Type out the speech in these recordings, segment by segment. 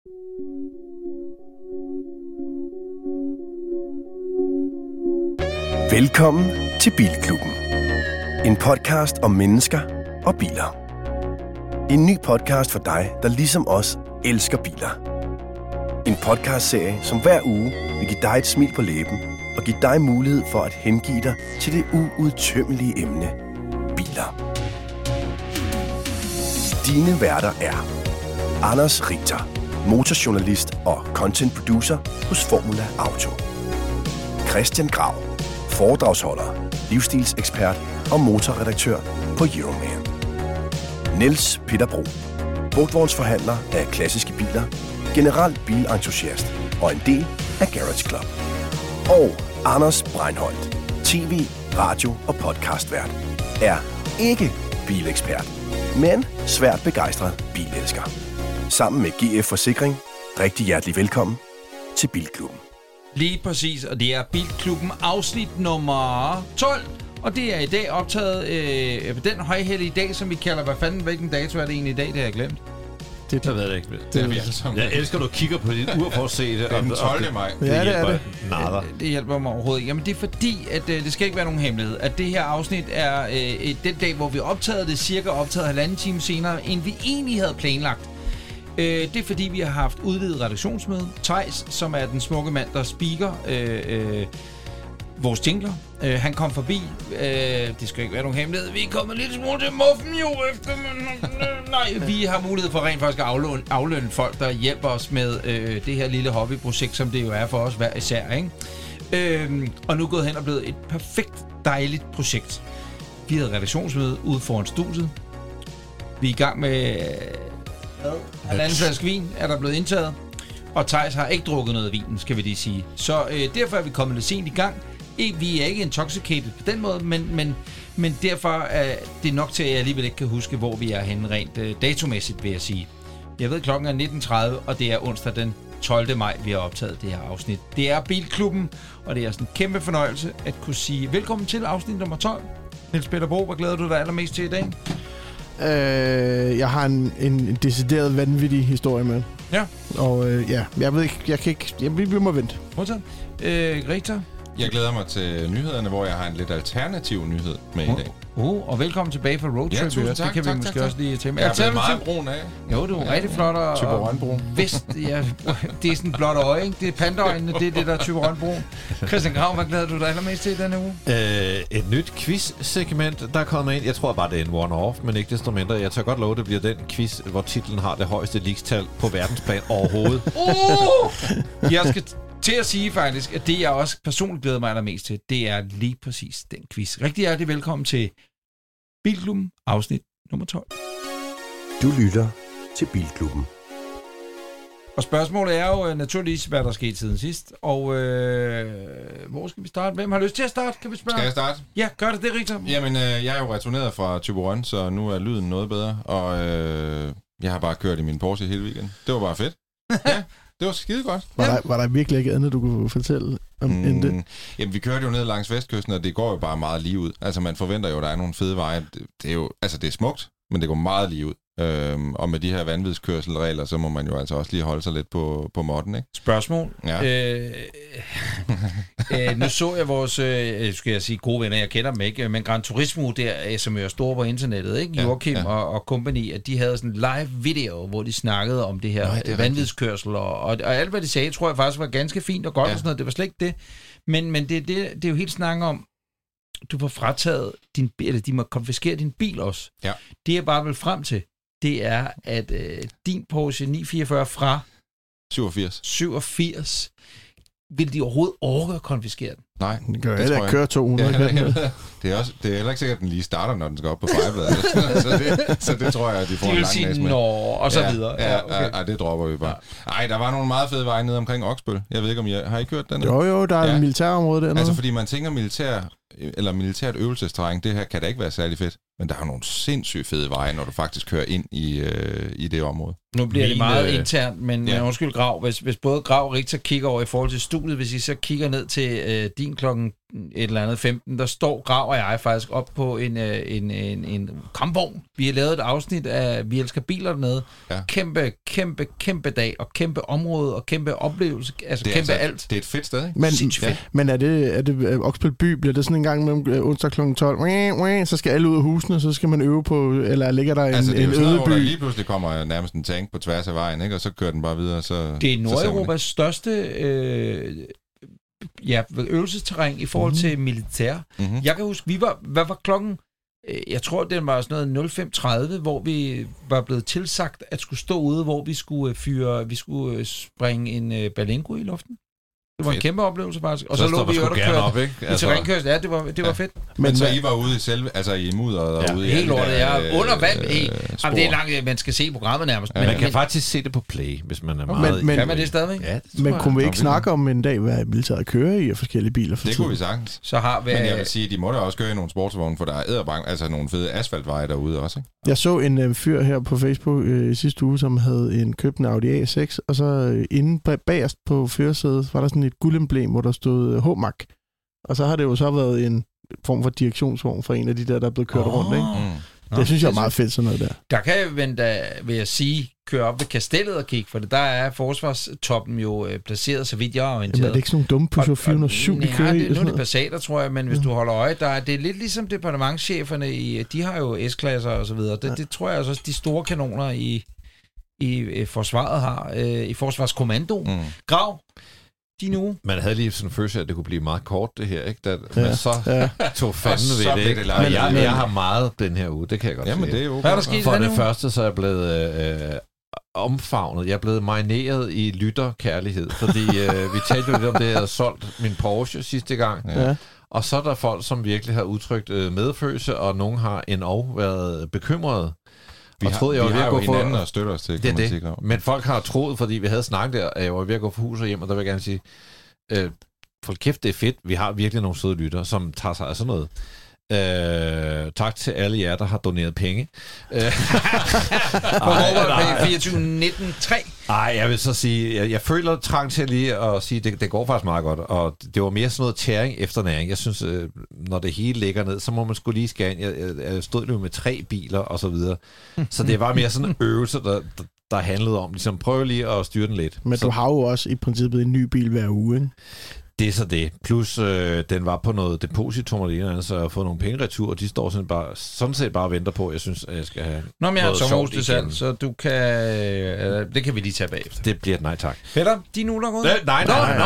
Velkommen til Bilklubben. En podcast om mennesker og biler. En ny podcast for dig, der ligesom os elsker biler. En podcastserie, som hver uge vil give dig et smil på læben og give dig mulighed for at hengive dig til det uudtømmelige emne biler. Dine værter er Anders Richter, motorjournalist og content producer hos Formula Auto. Christian Grav, foredragsholder, livsstilsekspert og motorredaktør på Euroman. Niels Peter Bro, brugtvognsforhandler af klassiske biler, generelt bilentusiast og en del af Garage Club. Og Anders Breinholt, tv, radio og podcastvært, er ikke bilekspert, men svært begejstret bilelsker. Sammen med GF Forsikring, rigtig hjertelig velkommen til Bilklubben. Lige præcis, og det er Bilklubben afsnit nummer 12. Og det er i dag optaget på den højhellige dag, som vi kalder, hvilken dato er det egentlig i dag, det har jeg glemt. Det ved jeg ikke. Det er vi alle sammen. Jeg elsker, at du kigger på dit ur for at se det. Det er den 12. maj. Ja, det er det. Nader. Det hjælper mig overhovedet ikke. Jamen det er fordi, at det skal ikke være nogen hemmelighed, at det her afsnit er den dag, hvor vi optagede det, cirka optaget 1,5 time senere, end vi egentlig havde planlagt. Det er fordi, vi har haft udvidet redaktionsmøde. Theis, som er den smukke mand, der speaker vores jingler. Han kom forbi. Det skal ikke være nogen hemmelighed. Vi er kommet lidt smule til muffen jo efter. Nej, vi har mulighed for rent faktisk at aflønne folk, der hjælper os med det her lille hobbyprojekt, som det jo er for os hver især, ikke? Og nu er gået hen og blevet et perfekt, dejligt projekt. Vi havde redaktionsmøde ude foran studiet. Vi er i gang med... halvanden flaske vin er der blevet indtaget, og Theis har ikke drukket noget vin, skal vi lige sige. Så derfor er vi kommet lidt sent i gang. Vi er ikke intoxicated på den måde, men derfor er det nok til, at jeg alligevel ikke kan huske, hvor vi er henne rent datomæssigt, vil jeg sige. Jeg ved, klokken er 19.30, og det er onsdag den 12. maj, vi har optaget det her afsnit. Det er Bilklubben, og det er sådan en kæmpe fornøjelse at kunne sige velkommen til afsnit nummer 12. Niels Peter Bro, hvad glæder du dig allermest til i dag? Jeg har en decideret vanvittig historie med. Ja. Og jeg ved ikke, vi må vente. Modtaget. Richter? Jeg glæder mig til nyhederne, hvor jeg har en lidt alternativ nyhed med i dag. Og velkommen tilbage fra roadtrip. Ja, tusind tak. Det kan vi måske også lige tage med. Jeg er blevet meget brun af. Jo, du er rigtig flot. Typeronbrun. Vist, ja, det er sådan et blåt øje, ikke? Det er pandaøjnene, det er det der typeronbrun. Christian Grav, hvad glæder du dig allermest til denne uge? Et nyt quiz-segment, der kommer ind. Jeg tror bare, det er en one-off, men ikke desto mindre. Jeg tør godt love, det bliver den quiz, hvor titlen har det højeste leakstal på verdensplan overhovedet. Jeg skal til at sige faktisk, at det jeg også personligt glæder mig allermest til, det er lige præcis den quiz. Rigtig hjertelig velkommen til Bilklubben, afsnit nummer 12. Du lytter til Bilklubben. Og spørgsmålet er jo naturligvis, hvad der skete siden sidst. Og hvor skal vi starte? Hvem har lyst til at starte, kan vi spørge? Skal jeg starte? Ja, gør det, Richter. Jamen, jeg er jo returneret fra Thyborøn, så nu er lyden noget bedre. Og jeg har bare kørt i min Porsche hele weekenden. Det var bare fedt. Ja. Det var skide godt. Var der virkelig ikke andet, du kunne fortælle om end det? Jamen, vi kørte jo ned langs vestkysten, og det går jo bare meget lige ud. Altså, man forventer jo, at der er nogle fede veje. Det er jo, altså, det er smukt, men det går meget lige ud. Og med de her vanvidskørselsregler, så må man jo altså også lige holde sig lidt på modden, ikke? Spørgsmål. Ja. Nu så jeg vores, skal jeg sige, gode venner, jeg kender dem ikke, men Gran Turismo der, som er store på internettet, ikke? Ja, Joachim og company, at de havde sådan en live video, hvor de snakkede om det her vanvidskørsel, og alt hvad de sagde, tror jeg faktisk var ganske fint og godt og sådan noget. Det var slet ikke det. Men det er jo helt snakken om, du får frataget din bil, eller de må konfiskere din bil også. Ja. Det jeg bare vil frem til, det er, at din Porsche 944 fra 87, vil de overhovedet orke at konfiskere den? Nej, det gør jeg. Køre 200. Det er heller ikke sikkert, at den lige starter, når den skal op på fejebladet. så det tror jeg, at de får en lang næse med. De vil sige, og så videre. Ja, okay. Det dropper vi bare. Ej, der var nogle meget fede veje nede omkring Oksbøl. Jeg ved ikke, om har I kørt den? Jo, der er et militærområde dernede. Altså, fordi man tænker militært øvelsesterræn, det her kan da ikke være særlig fedt. Men der er nogle sindssygt fede veje, når du faktisk kører ind i det område. Nu bliver det meget internt, men undskyld Grav, hvis både Grav og Richter kigger over i forhold til studiet, hvis I så kigger ned til din klokken eller andet 15, der står Grav og jeg faktisk op på en kampvogn. Vi har lavet et afsnit af Vi elsker biler dernede. Ja. Kæmpe dag, og kæmpe område, og kæmpe oplevelse, altså det kæmpe alt. Det er et fedt sted, ikke? Men er det Oksbøl by, bliver det sådan en gang mellem onsdag kl. 12, så skal alle ud af husene, så skal man øve på, eller ligger der altså, en øde by? Der lige pludselig kommer nærmest en tank på tværs af vejen, ikke? Og så kører den bare videre. Så, det er Nordeuropas største øvelsesterræn i forhold til militær. Mm-hmm. Jeg kan huske, hvad var klokken? Jeg tror, det var sådan noget 05:30, hvor vi var blevet tilsagt at skulle stå ude, hvor vi skulle springe en Berlingo i luften. Det var en kæmpe oplevelse faktisk. Og så lå vi jo der kørte i terrænkørsel. Ja, det var fedt. Men så I var ude i selve, altså i mudderet og ude i helt lortet, under vand. Jamen, det er langt, man skal se programmet nærmest. Man kan faktisk se det på Play, hvis man er meget... Kan man det stadigvæk? Ja, men kunne vi ikke snakke om en dag, hvad militæret kører i og forskellige biler for det tiden? Kunne vi sagtens. Men jeg vil sige, de må da også køre i nogle sportsvogne, for der er edderbank, altså nogle fede asfaltveje derude også, ikke? Jeg så en fyr her på Facebook i sidste uge, som havde købt en Audi A6, og så inde bagerst på førersædet var der sådan et guldemblem, hvor der stod HMAC. Og så har det jo så været en form for direktionsvogn for en af de der er blevet kørt rundt, ikke? Det synes jeg er meget fedt, sådan noget der. Der kan jeg vil jeg sige, køre op ved Kastellet og kigge, for der er forsvarstoppen jo placeret, så vidt jeg er orienteret. Jamen, er det ikke sådan nogle dumme Peugeot 407, de kører i? Nu er det Passater, tror jeg, men hvis du holder øje, det er lidt ligesom departementscheferne, de har jo S-klasser og så videre. Det tror jeg også, de store kanoner i forsvaret har, i forsvarskommandoen. Grav, nu. Man havde lige sådan en følelse af, at det kunne blive meget kort, det her, ikke? Men så tog fanden ved det, ikke? Jeg har meget den her uge, det kan jeg godt sige. Det er jo hvad er der sket for det første, så er jeg blevet omfavnet. Jeg er blevet marineret i lytterkærlighed, fordi vi talte jo lidt om det, jeg havde solgt min Porsche sidste gang. Ja. Og så er der folk, som virkelig har udtrykt medfølelse, og nogen har endnu været bekymrede. Vi har jo hinanden og støtter os til, kan man sige. Men folk har troet, fordi vi havde snakket der, at jeg var ved at gå for hus og hjem, og der vil jeg gerne sige, for kæft, det er fedt. Vi har virkelig nogle søde lyttere, som tager sig af sådan noget. Tak til alle jer, der har doneret penge. På 24.19.3. Ej, jeg vil så sige, jeg føler trang til lige at sige, det går faktisk meget godt, og det var mere sådan noget tæring efter næring. Jeg synes, når det hele ligger ned, så må man skulle lige skære ind. Jeg stod jo med 3 biler og så videre. Så det var mere sådan en øvelse, der handlede om, ligesom prøve lige at styre den lidt. Men du har jo også i princippet en ny bil hver uge, ikke? Det er så det. Plus, den var på noget depositum, og så jeg har fået nogle penge retur, og de står sådan set bare og venter på, jeg synes, at jeg skal have men jeg har et sommerhus til salg, så du kan... det kan vi lige tage bagefter. Det bliver et nej tak. Peter, de nu der går ud? Nej.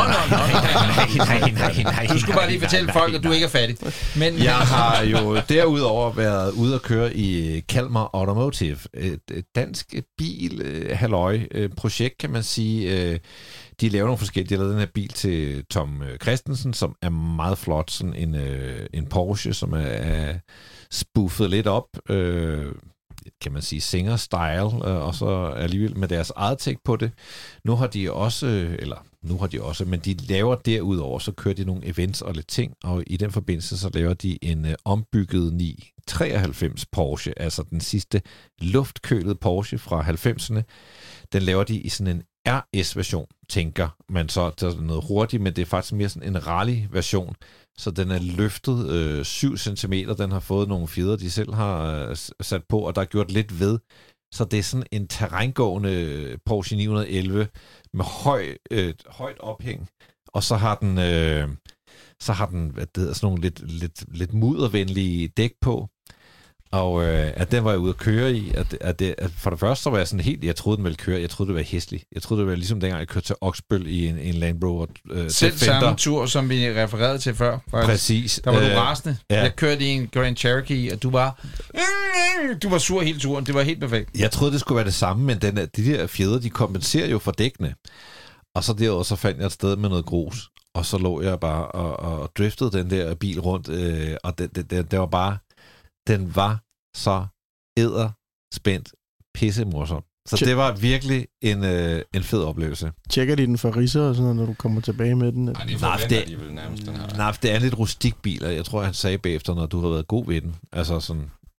Du skulle bare lige fortælle folk, at du ikke er fattig. Men jeg har jo derudover været ude at køre i Kalmar Automotive. Et dansk bil-projekt, kan man sige. De laver nogle forskellige. De har lavet den her bil til Tom Christensen, som er meget flot. Sådan en Porsche, som er spuffet lidt op. Kan man sige singer-style. Og så alligevel med deres eget take på det. Nu har de også, men de laver derudover, så kører de nogle events og lidt ting. Og i den forbindelse, så laver de en ombygget 993 Porsche. Altså den sidste luftkølede Porsche fra 90'erne. Den laver de i sådan en RS-version, tænker man så. Det er noget hurtigt, men det er faktisk mere sådan en rally-version. Så den er løftet 7 cm. Den har fået nogle fjeder, de selv har sat på, og der er gjort lidt ved. Så det er sådan en terrængående Porsche 911 med højt ophæng. Og så har den, hvad det hedder, sådan nogle lidt muddervenlige dæk på. Og at den var jeg ude at køre i, at for det første så var jeg sådan helt, jeg troede den ville køre, jeg troede det var hæsligt. Jeg troede det var ligesom dengang jeg kørte til Oksbøl i en Land Rover. Selv samme tur, som vi refererede til før. Faktisk. Præcis. Der var du rasende. Ja. Jeg kørte i en Grand Cherokee, og du var sur hele turen. Det var helt perfekt. Jeg troede det skulle være det samme, men de der fjeder, de kompenserer jo for dækkene. Og så derudover så fandt jeg et sted med noget grus, og så lå jeg bare og driftede den der bil rundt, og det var bare, den var så edderspændt pissemorsom. Så det var virkelig en fed oplevelse. Tjekker de den for ridser og sådan noget, når du kommer tilbage med den? Nej, det er en lidt rustik bil, og jeg tror, han sagde bagefter, når du har været god ved den. Altså sådan,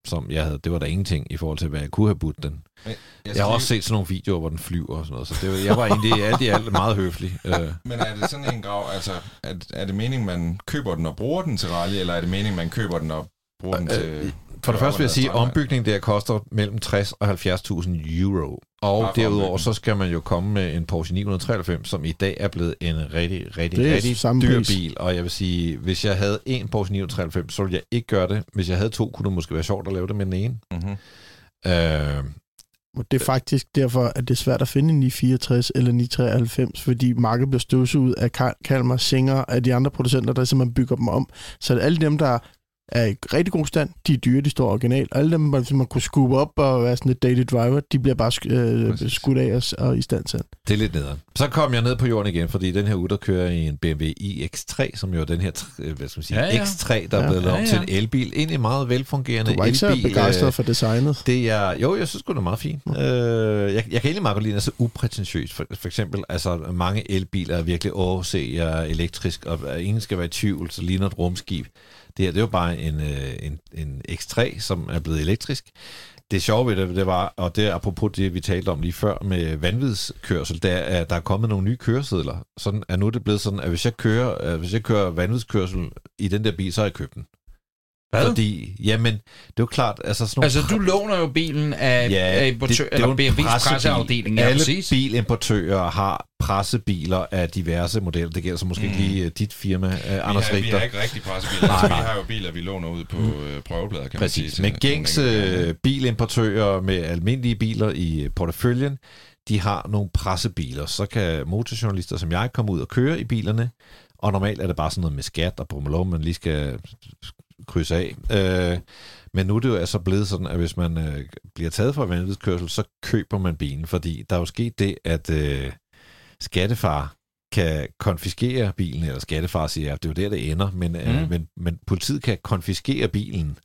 som jeg havde, det var der ingenting i forhold til, hvad jeg kunne have budt den. Jeg har også set sådan nogle videoer, hvor den flyver og sådan noget, så jeg var egentlig alt i alt meget høflig. Men er det sådan en grav, altså er det meningen, man køber den og bruger den til rally, eller er det meningen, man køber den og bruger den til... For det første vil jeg sige, at ombygningen der koster mellem 60 og 70.000 euro. Og derudover så skal man jo komme med en Porsche 993, som i dag er blevet en rigtig dyr bil. Og jeg vil sige, hvis jeg havde en Porsche 993, så ville jeg ikke gøre det. Hvis jeg havde to, kunne det måske være sjovt at lave det med den ene. Mm-hmm. Det er faktisk derfor, at det er svært at finde en 964 eller 993, fordi markedet bliver støvset ud af Kalmar, Singer, af de andre producenter, der simpelthen bygger dem om. Så alle dem, der er i rigtig god stand, de er dyre, de står original. Alle dem, man kunne skubbe op og være sådan et daily driver, de bliver bare skudt af os og i stand til. Det er lidt nederen. Så kom jeg ned på jorden igen, fordi den her uge, der kører i en BMW iX3, som jo er den her X3, der er blevet lavet om til en elbil. Egentlig meget velfungerende elbil. Du var ikke så begejstret for designet? Det er, jo, jeg synes det er meget fint. Jeg kan egentlig meget godt lide, at det er så uprætentiøst. For eksempel, altså mange elbiler er virkelig, se, jeg er elektrisk, og ingen skal være i tvivl, så ligner et rumskib. Det er jo bare en X3, som er blevet elektrisk. Det sjove ved det var, og det er apropos det, vi talte om lige før med vanvidskørsel, der er kommet nogle nye køresedler. Sådan er nu det blevet sådan, at hvis jeg kører vanvidskørsel i den der bil, så har jeg købt den. Hvad? Fordi, jamen, det er jo klart... Altså du låner jo bilen af importør, eller BMW's presseafdeling. Alle bilimportører har pressebiler af diverse modeller. Det gælder så måske ikke lige dit firma, Anders Richter. Vi har ikke rigtig pressebiler. Altså, vi har jo biler, vi låner ud på prøveplader, kan man sige. Men gængse bilimportører med almindelige biler i porteføljen, de har nogle pressebiler. Så kan motorjournalister som jeg komme ud og køre i bilerne, og normalt er det bare sådan noget med skat og brummelov, man lige skal krydse af. Men nu er det jo altså blevet sådan, at hvis man bliver taget for vanvidskørsel, så køber man bilen, fordi der er jo sket det, at skattefar kan konfiskere bilen, eller skattefar siger, at det er jo der, det ender, men politiet kan konfiskere bilen.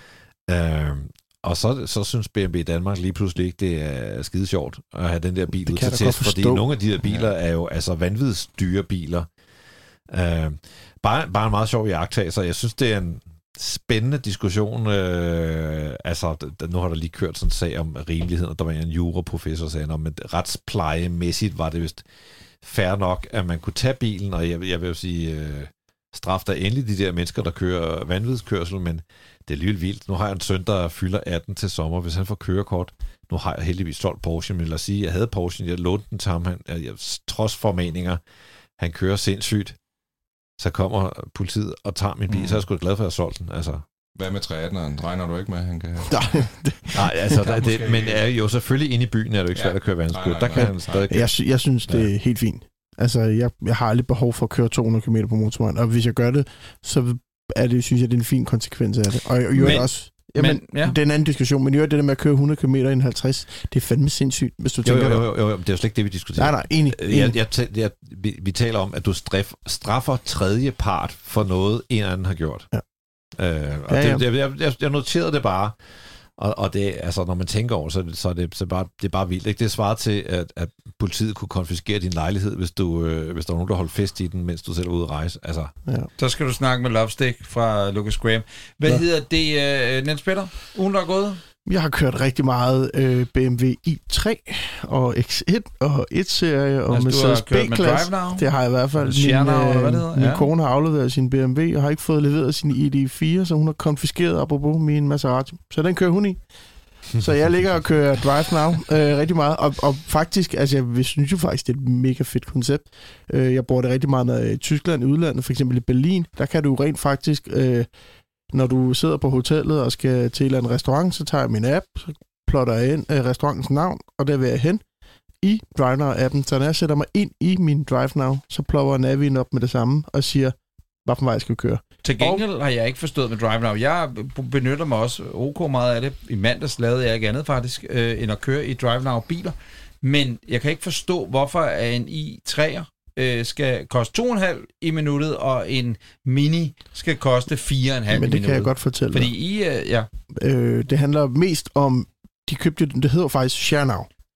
Og så synes BMW Danmark lige pludselig ikke, det er skide sjovt at have den der bil ud til test, fordi nogle af de der biler er jo altså vanvidsdyre biler. Bare en meget sjov iagttagelse. Jeg synes, det er en spændende diskussion. Nu har der lige kørt sådan en sag om rimelighed, og der var en juraprofessor, der sagde, at retsplejemæssigt var det vist fair nok, at man kunne tage bilen, og jeg vil jo sige, straf der endelig de der mennesker, der kører vanvidskørsel, men det er alligevel vildt. Nu har jeg en søn, der fylder 18 til sommer. Hvis han får kørekort, nu har jeg heldigvis solgt Porsche, men lad os sige, jeg havde Porsche, jeg lånte den til ham, trods formaninger, han kører sindssygt, så kommer politiet og tager min bil, så er jeg sgu glad for, at jeg solgt den. Altså. Hvad med 318'eren? Regner du ikke med, at han kan... Nej, altså, men er jo selvfølgelig inde i byen, er det ikke svært at køre vanvidskørsel. Der kan han stadig... Jeg synes, det er helt fint. Altså, jeg har aldrig behov for at køre 200 km på motorvejen, og hvis jeg gør det, så synes jeg, det er en fin konsekvens af det. Og også... Jamen, det er en anden diskussion, men det der med at køre 100 km i en 50, det er fandme sindssygt, hvis du tænker... Jo, det er jo slet ikke det, vi diskuterer. Nej, enig. Vi taler om, at du straffer tredje part for noget, en anden har gjort. Ja. Jeg noterede det bare, og det, altså, når man tænker over, så er det bare vildt. Ikke? Det svarer til, at politiet kunne konfiskere din lejlighed, hvis der var nogen, der holdt fest i den, mens du selv var ude at rejse. Altså. Ja. Så skal du snakke med Lovestick fra Lucas Graham. Hvad hedder det, Niels Peter? Ugen, der er gået? Jeg har kørt rigtig meget BMW i3 og X1 og 1-serie og Mercedes B-klasse. Det har jeg i hvert fald. Min kone har afleveret sin BMW og har ikke fået leveret sin ID4, så hun har konfiskeret apropos min Maserati. Så den kører hun i. Så jeg ligger og kører Drive Now rigtig meget. Og faktisk, altså jeg synes jo faktisk, det er et mega fedt koncept. Jeg bruger det rigtig meget i Tyskland, i udlandet, for eksempel i Berlin. Der kan du rent faktisk... Når du sidder på hotellet og skal til en restaurant, så tager jeg min app, så plotter jeg ind restaurantens navn, og der vil jeg hen i Drive Now-appen. Så når jeg sætter mig ind i min Drive Now, så plopper Navien op med det samme og siger, hvilken vej jeg skal køre. Til gengæld har jeg ikke forstået med Drive Now. Jeg benytter mig også ok meget af det. I mandags lavede jeg ikke andet faktisk, end at køre i Drive Now-biler. Men jeg kan ikke forstå, hvorfor en i3'er skal koste 2,5 i minuttet, og en Mini skal koste 4,5 i minuttet. Men det kan jeg godt fortælle dig. Fordi det handler mest om, de købte, det hedder faktisk Share Now.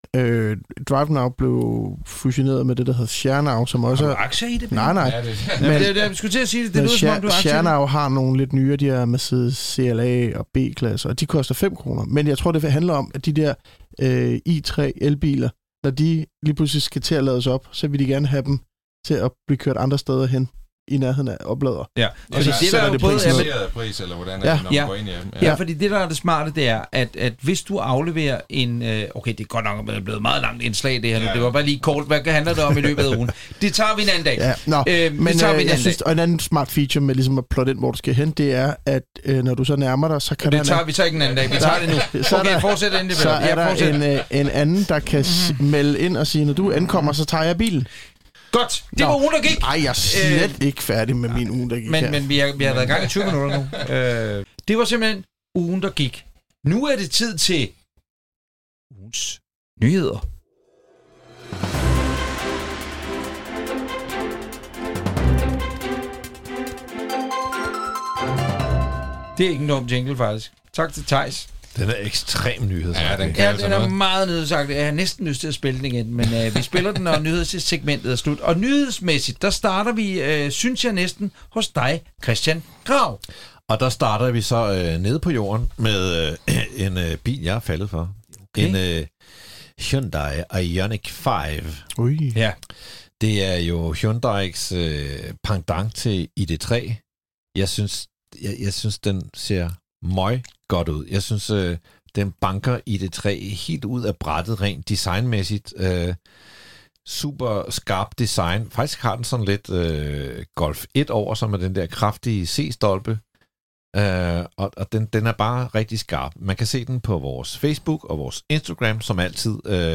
DriveNow blev fusioneret med det, der hedder ShareNow, som også... Har du aktier i det? Nej. Ja, det, Men, Jeg skulle til at sige det. Det lyder som om, du har aktier i det. ShareNow har nogle lidt nyere, de her Mercedes CLA og B-klasser, og de koster 5 kroner. Men jeg tror, det handler om, at de der i3 elbiler, når de lige pludselig skal til at lades op, så vil de gerne have dem til at blive kørt andre steder hen i nærheden af oplader. Ja, og så det der er jo både... pris, eller hvordan er det, når man går ind i dem? Ja, fordi det, der er det smarte, det er, at hvis du afleverer en... okay, det er godt nok, at det er blevet meget langt indslag, det her nu. Det var bare lige kort. Hvad handler det om i løbet af ugen? Det tager vi en anden dag. Ja, men jeg synes, og en anden smart feature med ligesom at plotte ind, hvor du skal hen, det er, at når du så nærmer dig, så kan vi tager ikke en anden dag. Vi tager det nu. Okay, fortsæt endelig. Så er der en anden, der kan melde ind og sige, når du ankommer, så tager jeg bilen. Godt, det var ugen, der gik. Ej, jeg er slet ikke færdig med min ugen, der gik. Men vi har været i gang i 20 minutter nu. Det var simpelthen ugen, der gik. Nu er det tid til ugens nyheder. Det er ikke en dum jingle, faktisk. Tak til Theis. Den er ekstrem nyhed. Ja, den er meget nyhedssagt. Jeg har næsten lyst til at spille den igen, men vi spiller den, når nyhedssegmentet er slut. Og nyhedsmæssigt, der starter vi, synes jeg næsten, hos dig, Christian Grav. Og der starter vi så nede på jorden med en bil, jeg er faldet for. Okay. En Hyundai Ioniq 5. Ui. Ja. Det er jo Hyundai's pendant til ID3. Jeg synes, den ser møg godt ud. Jeg synes, den banker ID3 helt ud af brættet, rent designmæssigt. Super skarp design. Faktisk har den sådan lidt Golf 1 over, som er den der kraftige C-stolpe. Og den er bare rigtig skarp. Man kan se den på vores Facebook og vores Instagram, som altid.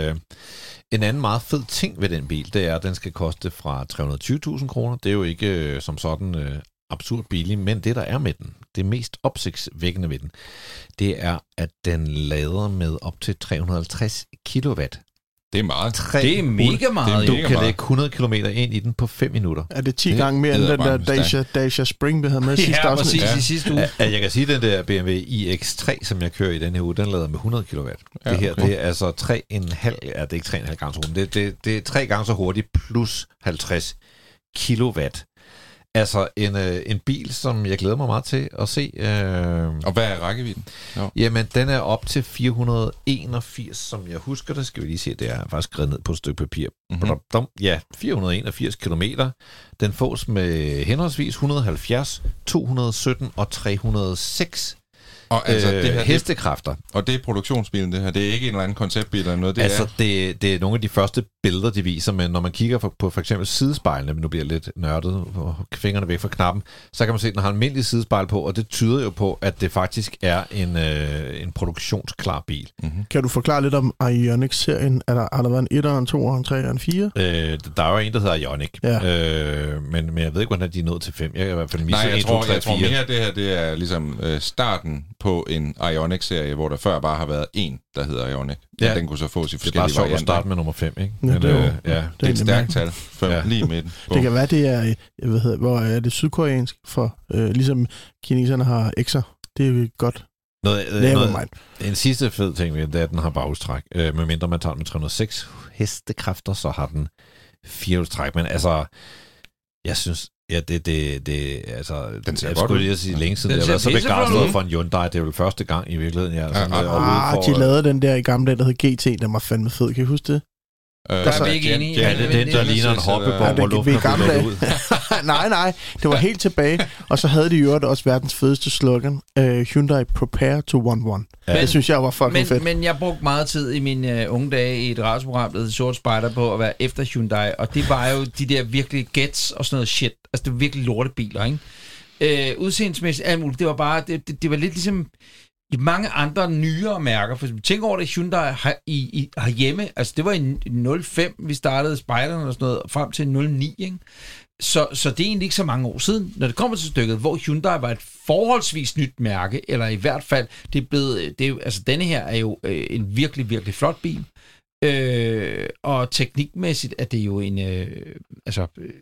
En anden meget fed ting ved den bil, det er, at den skal koste fra 320.000 kroner. Det er jo ikke som sådan absurd billig, men det, der er med den, det mest opsigtsvækkende ved den, det er, at den lader med op til 350 kilowatt. Det er meget. Det er mega meget. Du kan lægge 100 km ind i den på 5 minutter. Er det 10 gange mere end den der Dacia Spring, vi havde med sidste afsnit? Ja, præcis, i sidste uge. Jeg kan sige, at den der BMW iX3, som jeg kører i den her uge, den lader med 100 kW. Det her, det er altså 3,5... Ja, det er ikke 3,5 gange så hurtigt. Det er 3 gange så hurtigt plus 50 kilowatt. Altså en bil, som jeg glæder mig meget til at se. Og hvad er rækkevidden? Jo. Jamen, den er op til 481, som jeg husker det. Skal vi lige se, det er faktisk skrevet ned på et stykke papir. Mm-hmm. Ja, 481 kilometer. Den fås med henholdsvis 170, 217 og 306 og altså, det her, hestekræfter. Og det er produktionsbilen, det her. Det er ikke en eller anden konceptbil eller noget. Det er nogle af de første billeder, de viser, men når man kigger på for eksempel sidespejlene, nu bliver lidt nørdet, og fingrene væk fra knappen, så kan man se, at den har en almindelig sidespejl på, og det tyder jo på, at det faktisk er en produktionsklar bil. Mm-hmm. Kan du forklare lidt om Ioniq-serien? Har der været en 1'er, en 2'er, en 3'er, en 4'er? Der er jo en, der hedder Ioniq, ja. Men jeg ved ikke, hvordan de er nået til 5. Jeg kan i hvert fald misser 1, 2, 3, 4. Jeg tror mere, det her det er ligesom starten på en Ioniq-serie, hvor der før bare har været en, der hedder Ioniq. Ja. Den kunne så fås i forskellige varianter. Det er bare sjovt at starte med nummer 5, ikke? Ja, men, det er et stærkt tal. 5 lige med den. Det kan være, det er, hvor er det sydkoreansk for, ligesom kineserne har X'er. Det er godt. En sidste fed ting ved det er, at den har bagudstræk. Medmindre man tager den med 306 hestekræfter, så har den 4-udstræk. Men altså, jeg synes... Ja, altså... Den ser jeg godt skulle lige sige længe siden, jeg har været så begejstret for en Hyundai. Det er vel første gang i virkeligheden, jeg de lavede den der i gamle dage, der hed GT, den var fandme fed. Kan I huske det? Der er vi ikke enige. Ja, det er den, der ligner en hoppebom, hvor luften er fuldt ud. Nej, det var helt tilbage. Og så havde de jo også verdens fedeste slogan, Hyundai Prepare to 1-1. Ja. Det synes jeg var fucking fedt. Men jeg brugte meget tid i mine unge dage i et radioprogram, der hed Short Spider, på at være efter Hyundai, og det var jo de der virkelig Gets og sådan noget shit. Altså, det var virkelig lortebiler, ikke? Udseendsmæssigt, alt muligt. Det var bare, det var lidt ligesom i mange andre nyere mærker. For tænk over det, Hyundai har hjemme, altså det var i 05, vi startede Spideren og sådan noget, frem til 09, ikke? Så det er egentlig ikke så mange år siden, når det kommer til stykket, hvor Hyundai var et forholdsvis nyt mærke, eller i hvert fald, altså denne her er jo en virkelig, virkelig flot bil. Og teknikmæssigt er det jo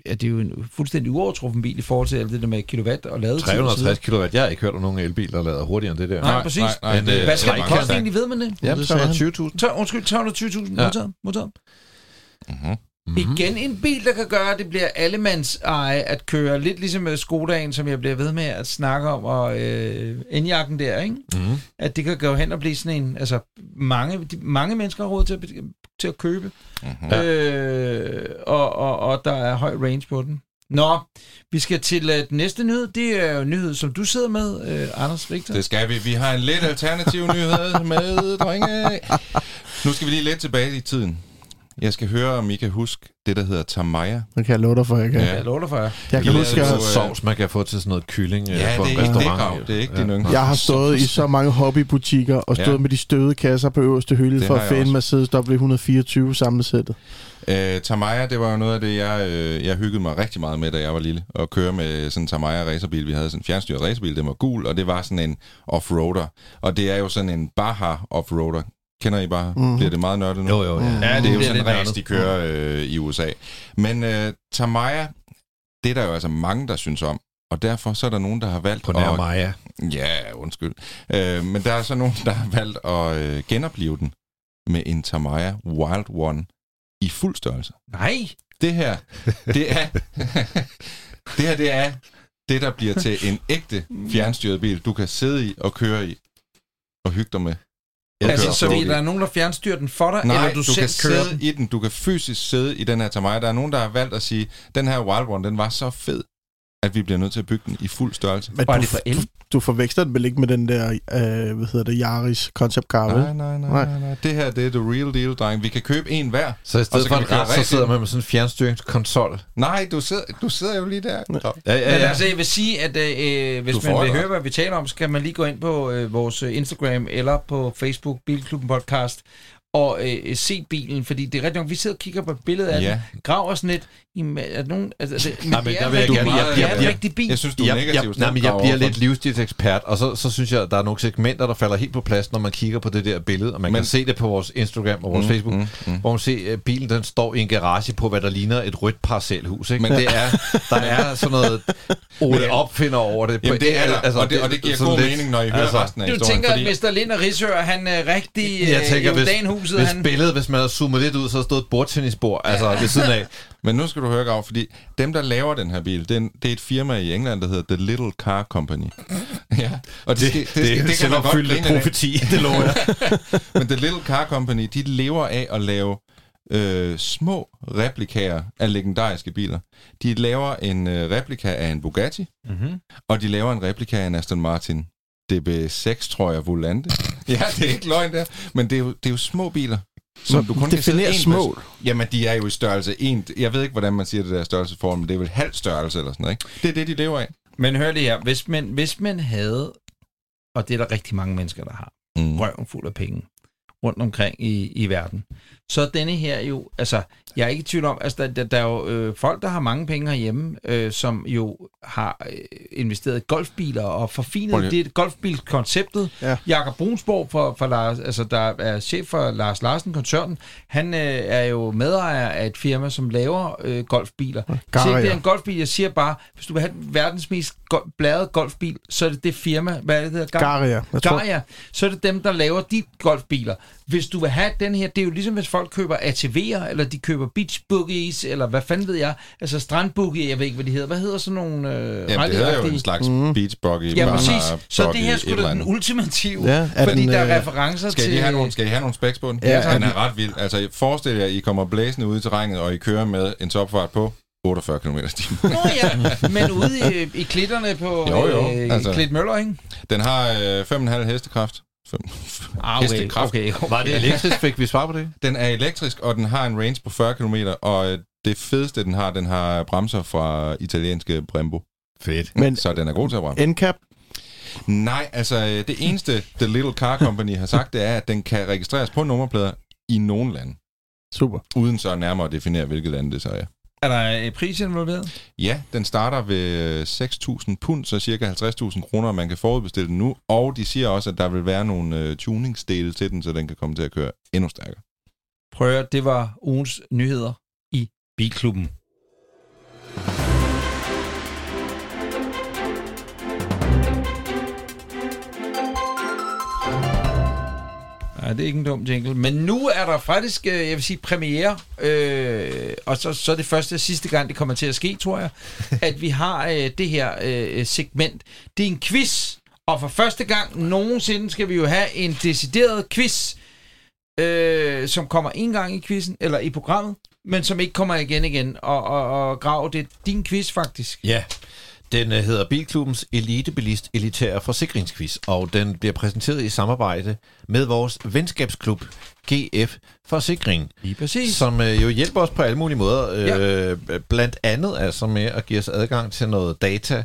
det er jo en fuldstændig uovertruffen bil i forhold til alt det der med kilowatt og ladetid. 360 kW. Jeg har ikke hørt om nogen elbiler, der lader hurtigere end det der. Nej, præcis. Nej, Hvad skal det koste egentlig, ved man det? Ja, 320.000. Undskyld, 220.000. Modtaget. Mm-hmm. Igen en bil, der kan gøre, at det bliver allemands eje at køre. Lidt ligesom med Skodaen, som jeg bliver ved med at snakke om, og Enyaq'en der, ikke? Mm-hmm. At det kan gå hen og blive sådan en... Altså, mange mennesker har råd til at købe. Mm-hmm. Og der er høj range på den. Nå, vi skal til den næste nyhed. Det er jo en nyhed, som du sidder med, Anders Richter. Det skal vi. Vi har en lidt alternativ nyhed med, drenge. Nu skal vi lige lidt tilbage i tiden. Jeg skal høre, om I kan huske det, der hedder Tamiya. Det kan jeg love dig for, jeg kan. Jeg lover dig for jer. Jeg kan huske, at sovs, man kan få til sådan noget kylling ja, på en det er ikke restaurant. det er ikke din yndling. jeg har stået i så mange hobbybutikker og stået med de støvede kasser på øverste hylde Det for har at jeg finde Mercedes W124 samlesættet. Tamiya, det var jo noget af det, jeg hyggede mig rigtig meget med, da jeg var lille. At køre med sådan en Tamiya racerbil. Vi havde sådan en fjernstyret racerbil, den var gul, og det var sådan en offroader. Og det er jo sådan en Baja offroader. Kender I bare? Mm-hmm. Bliver det meget nørdet nu? Jo. Ja. Ja, Det er jo bliver sådan en lidt race, de kører i USA. Men Tamiya, det er der jo altså mange, der synes om. Og derfor så er der nogen, der har valgt På nær Maja. Ja, undskyld. Men der er så nogen, der har valgt at genopleve den med en Tamiya Wild One i fuld størrelse. Nej. Det her, det er det, der bliver til en ægte fjernstyret bil, du kan sidde i og køre i og hygge dig med. Altså, så der er nogen, der fjernstyrer den for dig, Nej, eller du selv kan kører sidde i den. Du kan fysisk sidde i den her Tamiya. Der er nogen, der har valgt at sige, den her Wild One, den var så fed, at vi bliver nødt til at bygge den i fuld størrelse. Men var det for el? Du forveksler den vel ikke med den der, Yaris Concept Car, vel? Nej. Det her, det er the real deal, dreng. Vi kan købe en hver. Så i stedet for en ret, så sidder man med sådan en fjernstyringskonsol. Nej, du sidder jo lige der. Men altså, jeg vil sige, at hvis man vil høre, hvad vi taler om, så kan man lige gå ind på vores Instagram eller på Facebook, Bilklubben Podcast, og se bilen, fordi det er rigtig nok, vi sidder og kigger på et billede af den, graver sådan lidt, at nogen, altså, det er en rigtig bil. Jeg synes, du er negativ. Jeg bliver lidt livsstilsekspert, og så synes jeg, at der er nogle segmenter, der falder helt på plads, når man kigger på det der billede, og man kan se det på vores Instagram og vores Facebook, hvor man ser, at bilen den står i en garage på, hvad der ligner et rødt parcelhus, ikke? Men det er, der er sådan noget Ole opfinder over det. Jamen, det er der, altså, og det giver god mening, når I hører resten af historien. Du tænker, at Mr. Lind og Risør, han er rigtig hvis man har zoomet lidt ud, så har stået et bordtennisbord, altså ved siden af. Men nu skal du høre, Grav, fordi dem, der laver den her bil, det er et firma i England, der hedder The Little Car Company. Ja, og det kan man godt grine profeti, det lover jeg. Men The Little Car Company, de lever af at lave små replikaer af legendariske biler. De laver en replika af en Bugatti, og de laver en replika af en Aston Martin DB6, tror jeg, Volante. Ja, det er ikke løgn der, men det er jo små biler. Som du kun definerer små. Jamen, de er jo i størrelse 1. Jeg ved ikke, hvordan man siger det der størrelseform, men det er vel halv størrelse eller sådan noget, ikke? Det er det, de lever af. Men hør det her. Hvis man havde, og det er der rigtig mange mennesker, der har, røven fuld af penge rundt omkring i verden, så er denne her jo, altså, jeg er ikke i tvivl om, altså, der er jo folk, der har mange penge herhjemme, som jo har investeret i golfbiler og forfinet det golfbilkonceptet. Ja. Jakob Brunsborg for Lars, altså, der er chef for Lars Larsen-koncernen, han er jo medejer af et firma, som laver golfbiler. Så det er en golfbil, jeg siger bare, hvis du vil have verdens mest bladede golfbil, så er det firma, hvad er det hedder? Garia. Så er det dem, der laver de golfbiler. Hvis du vil have den her, det er jo ligesom, hvis folk køber ATV'er, eller de køber beach buggies, eller hvad fanden ved jeg, altså strandbuggy, jeg ved ikke, hvad de hedder. Hvad hedder sådan nogle... Jamen, det hedder jo en slags beach buggy. Ja, præcis. Så det her skulle da den ultimative, fordi der er referencer til... Skal I have nogle specs på den? Ja, den er ret vild. Altså, forestil jer, I kommer blæsende ud i terrænet, og I kører med en topfart på 48 km/t. Nå ja, men ude i klitterne på altså, Klitmøller, ikke? Den har 5,5 hestekraft. Okay. Var det elektrisk? Fik vi svar på det? Den er elektrisk, og den har en range på 40 km, og det fedeste, den har bremser fra italienske Brembo. Fedt. Men så den er god til at bremse. NCAP? Nej, altså det eneste, The Little Car Company har sagt, det er, at den kan registreres på nummerplader i nogle lande. Super. Uden så nærmere at definere, hvilket land det så er. Er der pris involveret? Ja, den starter ved 6.000 pund, så cirka 50.000 kroner, man kan forudbestille den nu. Og de siger også, at der vil være nogle tuningsdele til den, så den kan komme til at køre endnu stærkere. Prøv at, det var ugens nyheder i Bilklubben. Ja, det er ikke en dum jingle. Men nu er der faktisk, jeg vil sige, premiere, og så er det første og sidste gang, det kommer til at ske, tror jeg, at vi har det her segment. Det er en quiz, og for første gang nogensinde skal vi jo have en decideret quiz, som kommer en gang i quizzen, eller i programmet, men som ikke kommer igen. Og Grav, det er din quiz faktisk. Ja, den hedder Bilklubbens Elitebilist Elitære Forsikringsquiz, og den bliver præsenteret i samarbejde med vores venskabsklub GF Forsikring. Lige præcis. Som jo hjælper os på alle mulige måder. Blandt andet altså med at give os adgang til noget data.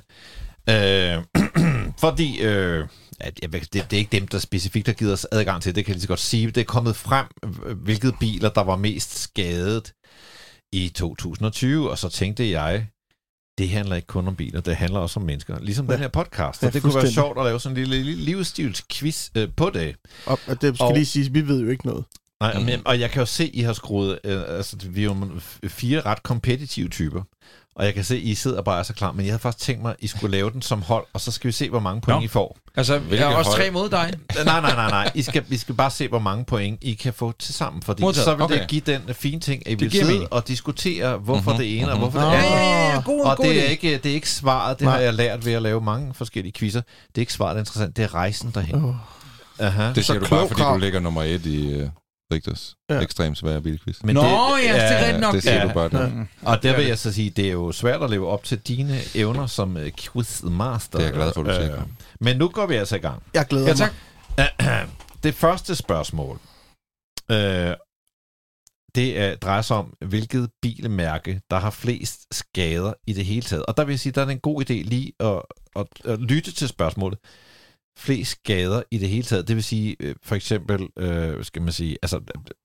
Fordi det er ikke dem, der specifikt har givet os adgang til, det kan jeg lige så godt sige. Det er kommet frem, hvilke biler, der var mest skadet i 2020, og så tænkte jeg, det handler ikke kun om biler, det handler også om mennesker. Ligesom den her podcast. Så det kunne være sjovt at lave sådan en lille livsstilsquiz på det. Og det skal lige sige, vi ved jo ikke noget. Nej, men, og jeg kan jo se, I har skruet, vi er jo 4 ret kompetitive typer, og jeg kan se, I sidder bare så klar, men jeg havde faktisk tænkt mig, at I skulle lave den som hold, og så skal vi se, hvor mange point I får. Altså, jeg er også 3 mod dig. Nej. I skal bare se, hvor mange point I kan få til sammen, fordi så vil det give den fine ting, at I vil sidde og diskutere, hvorfor det ene og hvorfor det andet. Ja, god, og det er ikke svaret, det har jeg lært ved at lave mange forskellige quizzer. Det er ikke svaret, det er interessant, det er rejsen derhen. Aha. Det siger du bare, fordi du ligger nummer 1 i Rigters ekstremt svære bilquiz. Men det er rigtigt nok. Det siger du bare. Ja. Og der vil jeg så sige, det er jo svært at leve op til dine evner som quizmaster. Det er jeg glad for, du siger. Men nu går vi altså i gang. Jeg glæder mig. Det første spørgsmål, det drejer sig om, hvilket bilmærke, der har flest skader i det hele taget. Og der vil jeg sige, der er en god idé lige at lytte til spørgsmålet. Flest skader i det hele taget. Det vil sige, for eksempel, skal man sige, altså,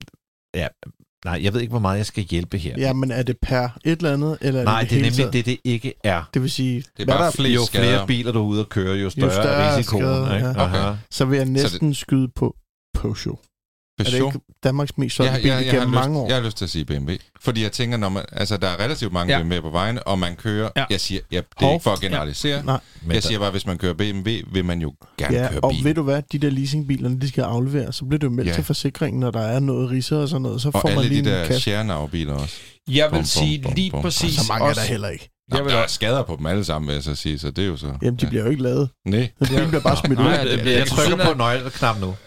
nej, jeg ved ikke, hvor meget jeg skal hjælpe her. Ja, men er det per et eller andet, eller nej, det er nemlig det ikke er. Det vil sige, det er bare jo flere biler, du er ude at køre, jo større risikoen. Ja. Okay. Så vil jeg næsten skyde på Peugeot. Er det ikke Danmarks mest solgte bil gennem mange år? Jeg har lyst til at sige BMW. Fordi jeg tænker, når man, altså, der er relativt mange BMW på vejen, og man kører... Ja. Jeg siger, det er ikke for at generalisere. Ja. Jeg siger bare, hvis man kører BMW, vil man jo gerne køre bil. Og ved du hvad? De der leasingbilerne, de skal aflevere. Så bliver det jo meldt til forsikringen, når der er noget ridser og sådan noget. Så får man lige en kasse. Og alle de der Schernau-biler også. Jeg vil sige lige præcis... Så mange er der heller ikke. Der er skader på dem alle sammen, vil jeg så sige, så det er jo så... Jamen, de bliver jo ikke lavet. Nej. De bliver bare smidt ud. Jeg trykker på nøgleknap nu.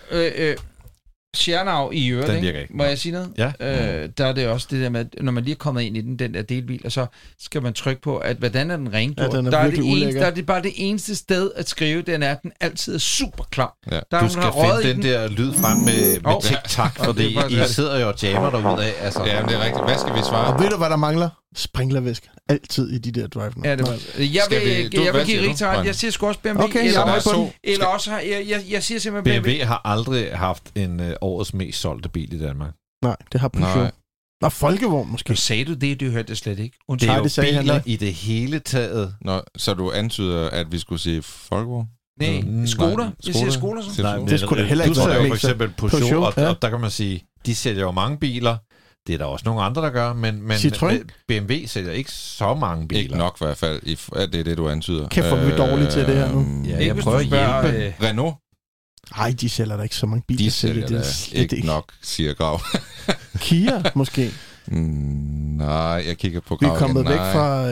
Schernau i øvrigt, den virker ikke. Må jeg sige noget? Ja. Der er det også det der med, når man lige er kommet ind i den der delbil, og så skal man trykke på, at hvordan er den rengjort. Ja, der er det bare det eneste sted at skrive, den altid er super klar. Ja. Du skal finde den der lyd frem med tic-tac, fordi I sidder jo og jammer derude af. Altså. Ja, men det er rigtigt. Hvad skal vi svare? Og ved du, hvad der mangler? Sprinklervæske. Altid i de der drive-nu. Ja, det var. Jeg vil give rigtig ret. Jeg siger sgu også BMW. Okay, eller også jeg siger simpelthen BMW har aldrig haft en årets mest solgte bil i Danmark. Nej, det har Peugeot. Nå, folkevogn måske. Sagde du det? Du hørte det slet ikke. Det er jo biler i det hele taget. Nå, så du antyder, at vi skulle sige folkevogn? Nej, Skoda. Jeg siger Skoda så. Nej, det skulle da heller ikke være. Du ser jo for eksempel Peugeot, og der kan man sige, de sælger jo mange biler. Det er der også nogle andre, der gør, men BMW sælger ikke så mange biler. Ikke nok i hvert fald. Det er det, du antyder. Kæft, hvor vi dårlige til det her nu. Ja, jeg prøver at hjælpe. Renault? Nej, de sælger da ikke så mange biler. De sælger det ikke nok, siger Grav. Kia, måske? Nej, jeg kigger på Grav. Vi er kommet væk fra...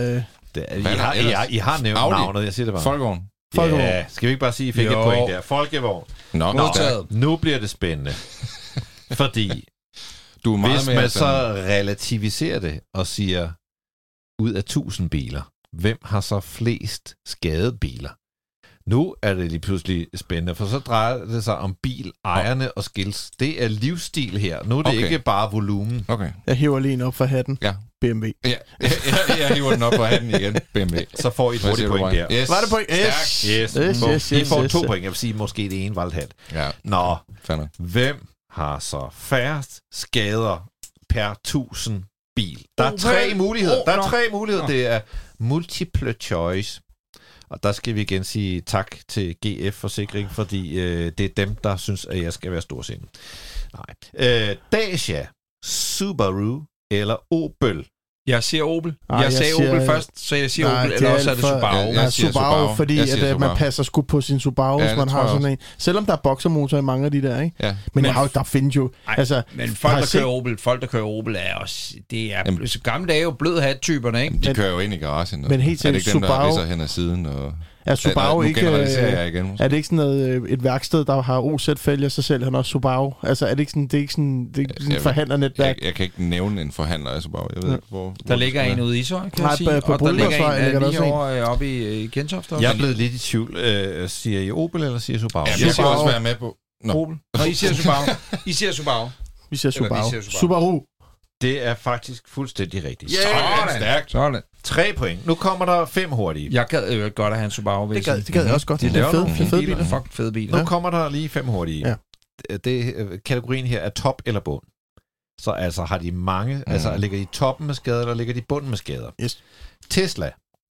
I har nævnt Audi. Navnet, jeg siger det bare. Folkevogn. Ja, skal vi ikke bare sige, at I fik et point der? Folkevogn. Nå, nu bliver det spændende. Fordi... Hvis man så relativiserer det og siger, ud af 1000 biler, hvem har så flest skadede biler? Nu er det lige pludselig spændende, for så drejer det sig om bilejerne og skills. Det er livsstil her. Nu er det ikke bare volumen. Okay. Jeg hiver lige en op for hatten. Ja. BMW. Ja, jeg hiver den op for hatten igen. BMW. Så får I et hurtigt point der. Yes. Var det point? Yes. I får 2 point. Jeg vil sige, måske det ene valgt hat. Ja. Nå, Fanden. hvem har så færrest skader per 1000 bil? Der er 3 muligheder. Det er multiple choice. Og der skal vi igen sige tak til GF Forsikring, fordi det er dem, der synes, at jeg skal være storsindet. Nej. Dacia, Subaru eller Opel. Jeg siger Opel. Nej, Jeg sagde siger- Opel først, så jeg siger Nej, Opel, det eller er også er alt det for- Subaru. Ja, Ja, siger Subaru, Subaru. fordi Jeg siger at, man Subaru. passer sgu på sin Subaru, Ja, hvis man det har tror jeg sådan en. Selvom der er boksermotor i mange af de der, ikke? Ja. Men der findes jo... Ej, altså, Men folk, har der set- kører Opel, er også... Det er Jamen. så gamle dage jo blød hat-typerne, ikke? De kører jo ind i garagen. Men helt er det seriøst, ikke dem, der Subaru- ridser hen ad siden? Og... er Subaru nu ikke... generaliserer jeg igen. Er det ikke sådan noget, et værksted, der har OZ-fælger, så sælger han også Subaru? Altså, er det ikke sådan, det er ikke sådan, det er ikke sådan et forhandlernetværk? Jeg kan ikke nævne en forhandler af Subaru. Jeg ved ikke, hvor Der ligger en ude i Ishøj, kan Nej, jeg sige. på Og der ligger Bullersvej en ligger der lige også en. over oppe i Gentofte også. Jeg er blevet lidt i tvivl. Siger I Opel, eller siger I Subaru? Ja, jeg skal Subaru. også være med på... Nå. Opel. Og I siger Subaru. I siger Subaru. Vi siger Eller de Subaru. siger Subaru. Subaru. Det er faktisk fuldstændig rigtigt. Sådan. Stærkt. Sådan. 3 point. Nu kommer der 5 hurtige. Jeg gad jo godt at have en Subaru, vil jeg sige. Det gad jeg også godt. De Det er laver fede, nogle fede, fede biler. biler. Fucking fede biler. Nu kommer der lige 5 hurtige. Ja. Kategorien her er top eller bund. Så altså har de mange, altså ligger de i toppen med skader, eller ligger de i bunden med skader? Yes. Tesla.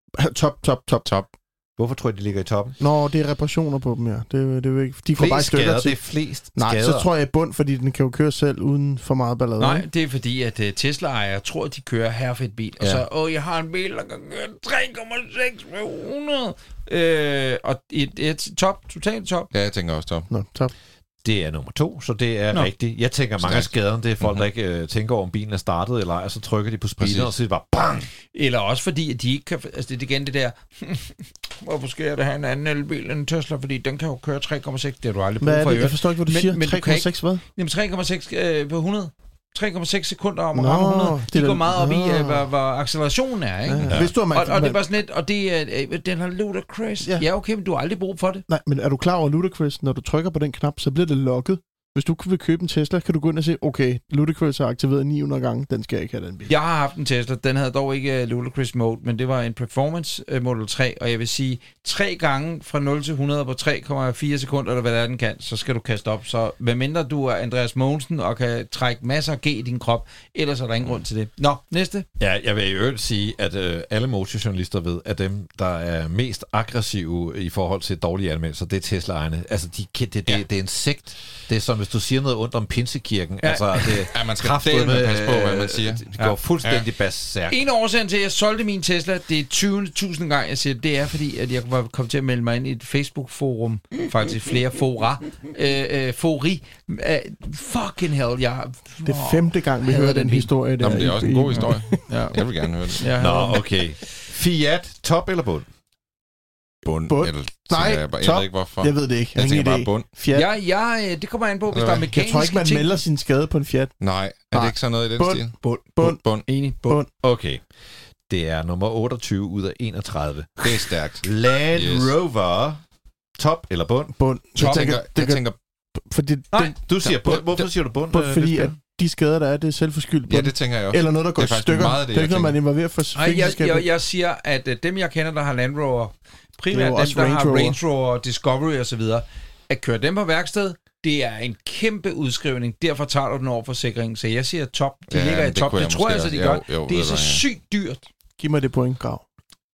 Top. Hvorfor tror jeg, de ligger i toppen? Nå, det er reparationer på dem her. Det er jo ikke... De går bare i Flest stykker skader, til. det er flest Nej, skader. så tror jeg i bund, fordi den kan jo køre selv uden for meget ballade. Nej, ikke? det er fordi, at Tesla-ejere tror, at de kører herfedt bil. Og så, jeg har en bil, der kan køre 3,6 med 100. Og et top, totalt top. Ja, jeg tænker også top. Nå, top. Det er nummer 2, så det er rigtigt. Jeg tænker, mange af skaderne, det er folk, der ikke tænker over, om bilen er startet eller ej, og så trykker de på speederen, og så er det bare bang! Eller også fordi, at de ikke kan... Altså, det er igen det der... Hvorfor skal jeg da have en anden elbil end en Tesla? Fordi den kan jo køre 3,6. Det har du aldrig brug Hvad er for det? at Jeg forstår ikke, hvad du siger. 3,6 hvad? Jamen 3,6 på 100. 3,6 sekunder om at Nå, ramme 100. det De er går meget op i, nå. hvor accelerationen er, ikke? Ja. Hvis du har Og det er bare sådan lidt... Og det er... Den har ludicrous. Ja, okay, men du har aldrig brug for det. Nej, men er du klar over Ludacris? Når du trykker på den knap, så bliver det lukket. Hvis du vil købe en Tesla, kan du gå ind og se, okay, Ludacris har aktiveret 900 gange, den skal jeg ikke have, den bil. Jeg har haft en Tesla, den havde dog ikke Ludicrous Mode, men det var en Performance Model 3, og jeg vil sige, 3 gange fra 0 til 100 på 3,4 sekunder, eller hvad der den kan, så skal du kaste op. Så medmindre du er Andreas Mogensen og kan trække masser af G i din krop, ellers er der ingen grund til det. Nå, næste. Ja, jeg vil i øvrigt sige, at alle motorjournalister ved, at dem, der er mest aggressive i forhold til dårlige anmeldelser, det er Tesla-ejerne. Altså, det er en sekt. Det er som, hvis du siger noget ondt om Pinsekirken. Ja. Altså, det Ja, man skal passe på, hvad man siger. Det går fuldstændig berserk. En årsag til, at jeg solgte min Tesla, det er 20.000 gange, jeg siger, det er fordi, at jeg var kommet til at melde mig ind i et Facebook-forum, faktisk flere fora, fucking hell, jeg... Det er 5. gang, vi hører den historie der. Nå, men det er også en god historie. Ja. Jeg vil gerne høre det. Jeg Nå, havde- okay. Fiat, top eller bund? Bund. Bund. Eller, Nej, jeg ved top. ikke hvorfor. Jeg ved det ikke. Jeg tænker bare idé. bund. Fiat. Ja, det kommer an på, hvis der er Jeg mekaniske Jeg tror ikke, man ting. melder sin skade på en Fiat. Nej, er Nej. det ikke sådan noget i den Bund. stil? Bund. Bund. Enig. Bund. Okay. Det er nummer 28 ud af 31. Det er stærkt. Land Yes. Rover, top eller bund? Bund. Jeg tænker, fordi Nej. Du siger bund. Hvorfor siger du bund? fordi at de skader, der er, det er selvforskyldt. ja, det tænker jeg også. Eller noget, der går i Det er faktisk stykker. meget af det, Det er ikke jeg noget, man involverer for Nej, jeg siger, at dem, jeg kender, der har Land Rover, Det er primært jo dem, også der har Range Rover. Range Rover, Discovery og så videre, at køre dem på værksted, det er en kæmpe udskrivning. Derfor tager du den over forsikringen. Så jeg siger top. De Ja, ligger i det top. kunne Det jeg tror jeg måske altså, de også. gør. Jo, Det er ved så du hvad, ja. sygt dyrt. Giv mig det point, Grav.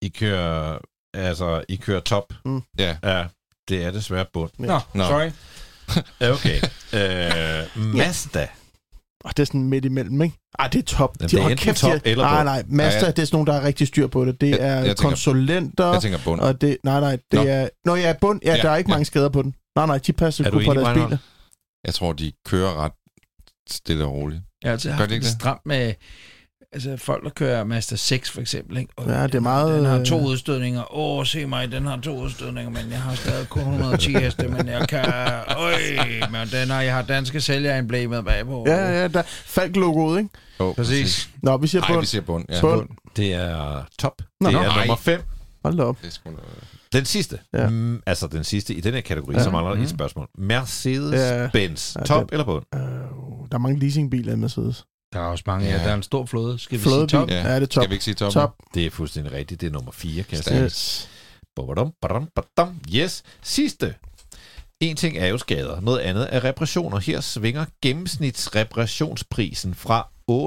I kører top. Ja. Ja, det er desværre bund. Nå, Nå. sorry. Okay. Mazda. Det er sådan midt imellem, ikke? Det er top. Jamen, det er enten top eller bund. Nej, Mazda, det er sådan nogen, der har rigtig styr på det. Det er jeg tænker- konsulenter. Jeg tænker bund. Og det, det Nå. er... Nå, ja, bund. Ja, Ja, der er ikke ja. mange skader på den. Nej, de passer Er sgu du på enig, deres Reinhold? biler. Jeg tror, de kører ret stille og roligt. Jeg har altid Gør haft det ikke det det? stramt med folk, der kører Mazda 6 for eksempel. Ikke? Og Ja, det er meget... den har 2 udstødninger. Se mig, den har 2 udstødninger, men jeg har stadig kun 110 heste, men jeg kan... men jeg har danske sælgeremblemet bagpå. Ja, der Falk-logoet, ikke? Præcis. Nå, vi siger Nej, bund. vi siger bund. Ja. Bund. Det er top. Nå. Det er Nej. nummer 5. Hold da op. Det er sgu noget. Den sidste. Ja. Altså den sidste i den her kategori, Ja. så mangler der et spørgsmål. Mercedes-Benz. Ja, Top den- eller bund? Der er mange leasingbiler i Mercedes. Der er også mange. Ja. Der er en stor flåde. Skal vi sige Flådebil. top? Ja. Ja, det er top. Skal vi ikke sige top? Top. Det er fuldstændig rigtigt. Det er nummer 4, kan jeg Stærkt. sige. Yes. Badum, badum, badum. Yes. Sidste. En ting er jo skader. Noget andet er reparationer. Her svinger gennemsnitsreparationsprisen fra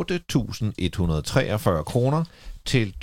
8.143 kroner til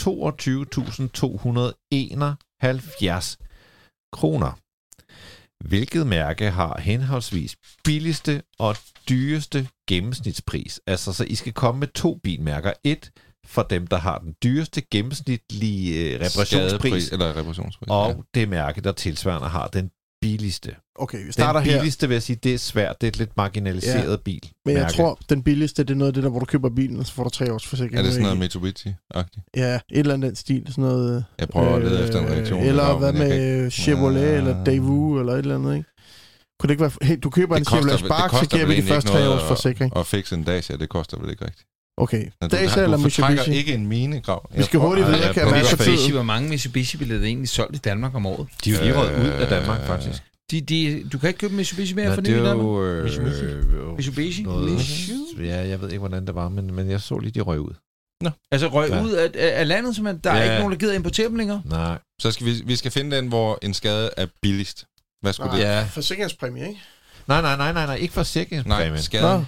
22.271 kroner. Hvilket mærke har henholdsvis billigste og dyreste gennemsnitspris? Altså, så I skal komme med 2 bilmærker. Et for dem, der har den dyreste gennemsnitlige reparationspris, eller reparationspris. og det mærke, der tilsvarende har den billigste. Okay, vi starter den her. billigste, vil jeg sige, det er svært. Det er et lidt marginaliseret bil. Men jeg tror, den billigste, det er noget af det der, hvor du køber bilen, og så får du 3 års forsikring. Er det sådan noget Mitsubishi-agtigt? Ja, et eller andet den stil. Sådan noget, jeg prøver at lede efter en reaktion. Eller hvad med Chevrolet eller Daewoo eller et eller andet, ikke? Kunne det ikke være... Hey, du køber en Chevrolet Spark, så giver vi de første 3 års forsikring. Og fikse en Dacia, det koster vel ikke rigtigt? Okay. Dacia eller Mitsubishi? Du trækker ikke en minegrav. Vi skal hurtigt videre, kan jeg mærke på tiden. Hvor mange Mitsubishi-biler er det egentlig solgt i Danmark om året? De er jo lige røget ud af Danmark, faktisk. Du kan ikke købe Mitsubishi mere for det i Danmark? Mitsubishi? Ja, jeg ved ikke, hvordan det var, men jeg så lige, de røg ud. Nå. Altså røg ud af landet, så der er ikke nogen, der gider importere dem længere? Nej. Så skal vi skal finde den, hvor en skade er billigst. Hvad skulle det? Ja. Forsikringspræmie, ikke? Nej, ikke forsikringspræmie. Nej, skaden.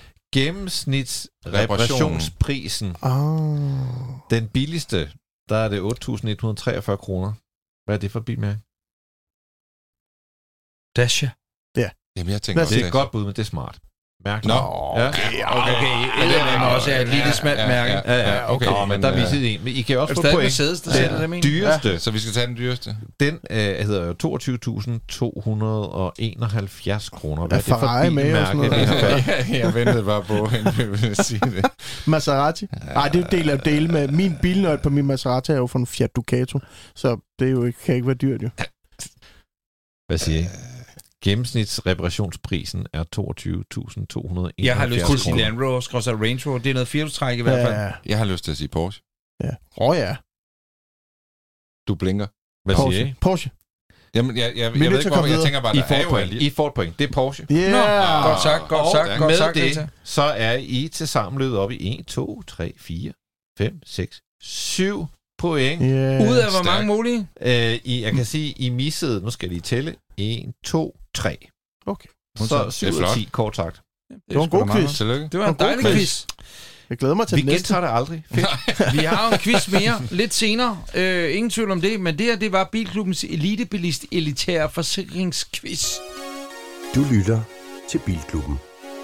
Gennemsnitsreparationsprisen. Den billigste, der er det 8.143 kroner. Hvad er det for bilmærke? Dacia. Ja. Jamen, jeg tænker det er et godt bud, men det er smart. Mærke. Nå, okay. Det er også et lille smalt mærke. Ja, okay. Nå, men der viser I en. Men I kan også få point. Den dyreste. Så vi skal tage den dyreste. Den hedder jo 22.271 kroner. Hvad er det for bilmærke? Jeg ventede bare på, at jeg ville sige det. Maserati? Nej, det er del med. Min bilnøj på min Maserati er jo fra en Fiat Ducato, så det er jo kan ikke være dyrt, jo. Hvad siger I? Gennemsnitsreparationsprisen er 22.271. Jeg har lyst til at sige Land Rover, skrås af Range Rover. Det er noget firehjulstræk i hvert fald. Jeg har lyst til at sige Porsche. Ja. Ja. Du blinker. Hvad siger I? Porsche. Jamen, jeg ved ikke, hvor jeg tænker bare, der er jo en lille... I får et point. Det er Porsche. Yeah. Godt sagt. Med det, så er I til sammen løbet op i 1, 2, 3, 4, 5, 6, 7 point. Yeah. Ud af hvor mange mulige? Jeg kan sige, I missede, nu skal I tælle, 1, 2, 3. Okay. Så 7 ud af 10, kort sagt. Det var en god quiz. Tillykke. Det var en dejlig quiz. Jeg glæder mig til den næste. Vi gentager det aldrig. Vi har jo en quiz mere lidt senere. Ingen tvivl om det, men det her, det var Bilklubbens elitebilist elitære forsikringsquiz. Du lytter til Bilklubben.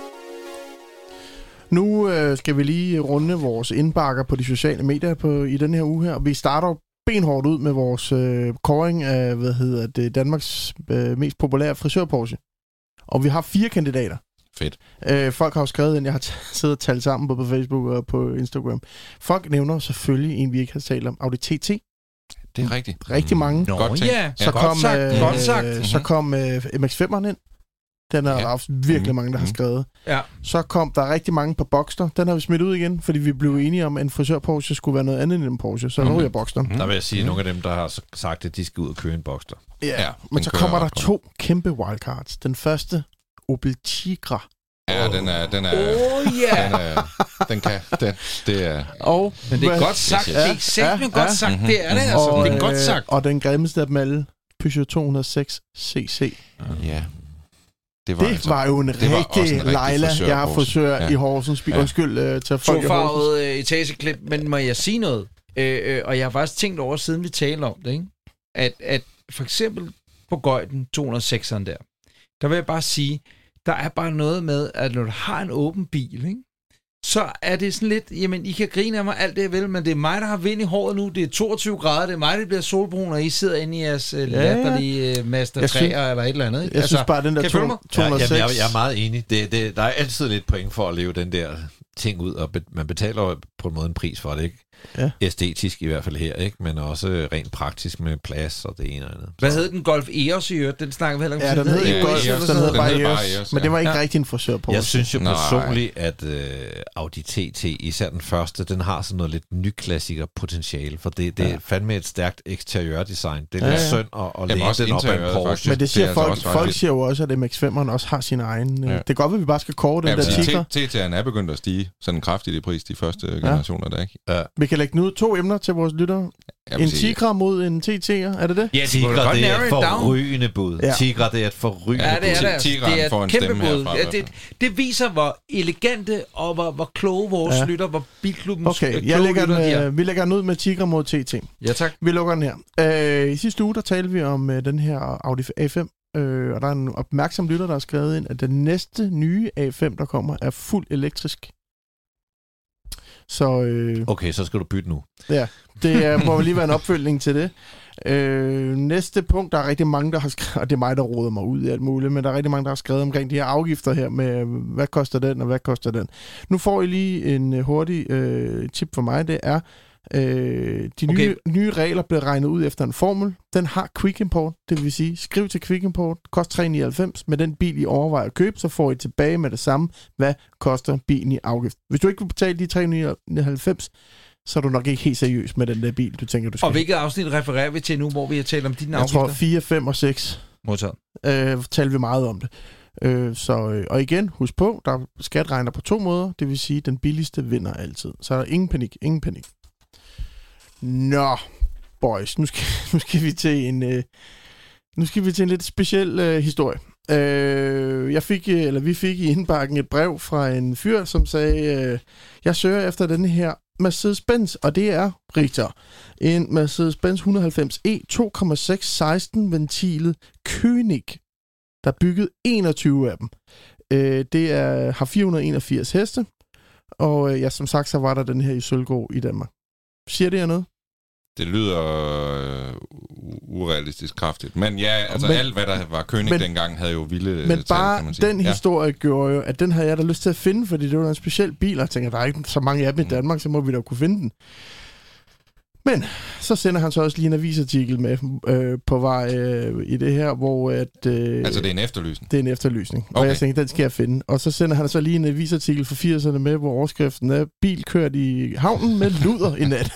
Nu skal vi lige runde vores indbakker på de sociale medier i den her uge her. Vi starter benhårdt ud med vores kåring af, Danmarks mest populære frisør-Porsche. Og vi har 4 kandidater. Fedt. Folk har jo skrevet ind, jeg har siddet og talt sammen både på Facebook og på Instagram. Folk nævner selvfølgelig en, vi ikke har talt om, Audi TT. Det er rigtigt. Rigtig mange. Godt ja. Godt sagt. Så kom MX-5'eren ind. Den har der haft virkelig mange, der har skrevet. Ja. Så kom der rigtig mange på Boxster. Den har vi smidt ud igen, fordi vi blev enige om, at en frisør-Porsche skulle være noget andet end en Porsche. Så nu er jeg Boxster. Der vil jeg sige, nogle af dem, der har sagt, at de skal ud og købe en Boxster. Ja, men så kommer der 2 kæmpe wildcards. Den første, Opel Tigra. Ja, den er... Det er... Men det er godt sagt. Det er simpelthen godt sagt. Det er det altså. Det er godt sagt. Og den grimmeste af dem alle, Peugeot 206 CC. Ja. Det var jo en rigtig Leila, jeg har frisør i Horsens. Undskyld til folk i Horsens. Tofarvet etageklip, men må jeg sige noget? Og jeg har faktisk tænkt over, siden vi talte om det, ikke? At for eksempel på Gøjden 206'eren der vil jeg bare sige, der er bare noget med, at når du har en åben bil, ikke? Så er det sådan lidt, jamen, I kan grine af mig alt det, jeg vil, men det er mig, der har vind i håret nu. Det er 22 grader, det er mig, der bliver solbrun, og I sidder inde i jeres latterlige Mazda 3'er eller et eller andet. Ikke? Jeg synes bare, den der 206... Jeg er meget enig. Der er altid lidt point for at leve den der ting ud, og man betaler på en måde en pris for det, ikke? Ja. Æstetisk i hvert fald her, ikke? Men også rent praktisk med plads og det ene og andet. Hvad hed den Golf Eos i øvrigt? Den snakker vi heller om. Ja, den hed ikke Golf, den hed bare Eos. Men det var ikke rigtig en frisør på. Jeg synes jo personligt, at Audi TT, især den første, den har sådan noget lidt nyklassiker-potentiale, for det er fandme et stærkt eksteriørdesign. Det er lidt synd at lægge den op af en Porsche. Men det siger folk siger jo også, at MX-5'eren også har sin egen... Det er godt, at vi bare skal kåre den der Tigra. TT'eren er begyndt at stige sådan kraftigt i pris de første generationer, der ikke? Vi kan lægge nu 2 emner til vores lyttere. En Tigra mod en TT'er, er det det? Ja, Tigra, det er et forrygende bud. Ja. Tigra, det er et forrygende bud. Ja, det er det. Tigraen får en stemme herfra. Ja, det viser, hvor elegante og hvor kloge vores lytter, hvor Bilklubbens vi lægger den ud med Tigra mod TT. Ja, tak. Vi lukker den her. I sidste uge, der talte vi om den her Audi A5, og der er en opmærksom lytter, der har skrevet ind, at den næste nye A5, der kommer, er fuld elektrisk. Så, Okay, så skal du bytte nu. ja, det må lige være en opfølgning til det. Næste punkt, der er rigtig mange, der har skrevet, og det er mig, der roder mig ud i alt muligt, men der er rigtig mange, der har skrevet omkring de her afgifter her med, hvad koster den, og hvad koster den. Nu får I lige en hurtig tip for mig, det er, de nye regler bliver regnet ud efter en formel. Den har Quick Import, det vil sige, skriv til Quick Import, kost 3,99. Med den bil, I overvejer at købe, så får I tilbage med det samme, hvad koster bilen i afgift. Hvis du ikke vil betale de 3,99, så er du nok ikke helt seriøs med den der bil, du tænker, du skal. Og hvilket afsnit refererer vi til nu, hvor vi har talt om dine afgifter? afgifter? Jeg tror 4, 5 og 6. Modtaget. Taler vi meget om det. Og igen, husk på, der er skatregner på 2 måder, det vil sige, den billigste vinder altid. Så er der ingen panik. Nå, boys, nu skal vi til en lidt speciel historie. Vi fik i indbakken et brev fra en fyr, som sagde, jeg søger efter denne her Mercedes-Benz, og det er Richter. En Mercedes-Benz 190e 2,616 ventilet König, der er bygget 21 af dem. Det har 481 heste, og som sagt, så var der den her i Sølvgård i Danmark. Siger det her noget? Det lyder urealistisk kraftigt. Men ja, altså alt, hvad der var König dengang, havde jo vilde men bare kan man sige. Den historie gjorde jo, at den havde jeg da lyst til at finde, fordi det var en speciel bil, og jeg tænker, der er ikke så mange af dem i Danmark, så må vi da kunne finde den. Men så sender han så også lige en avisartikel med på vej i det her, hvor at... altså det er en efterlysning? Det er en efterlysning, okay. Og jeg tænkte, den skal jeg finde. Og så sender han så lige en avisartikel fra 80'erne med, hvor overskriften er, bil kørt i havnen med luder i nat.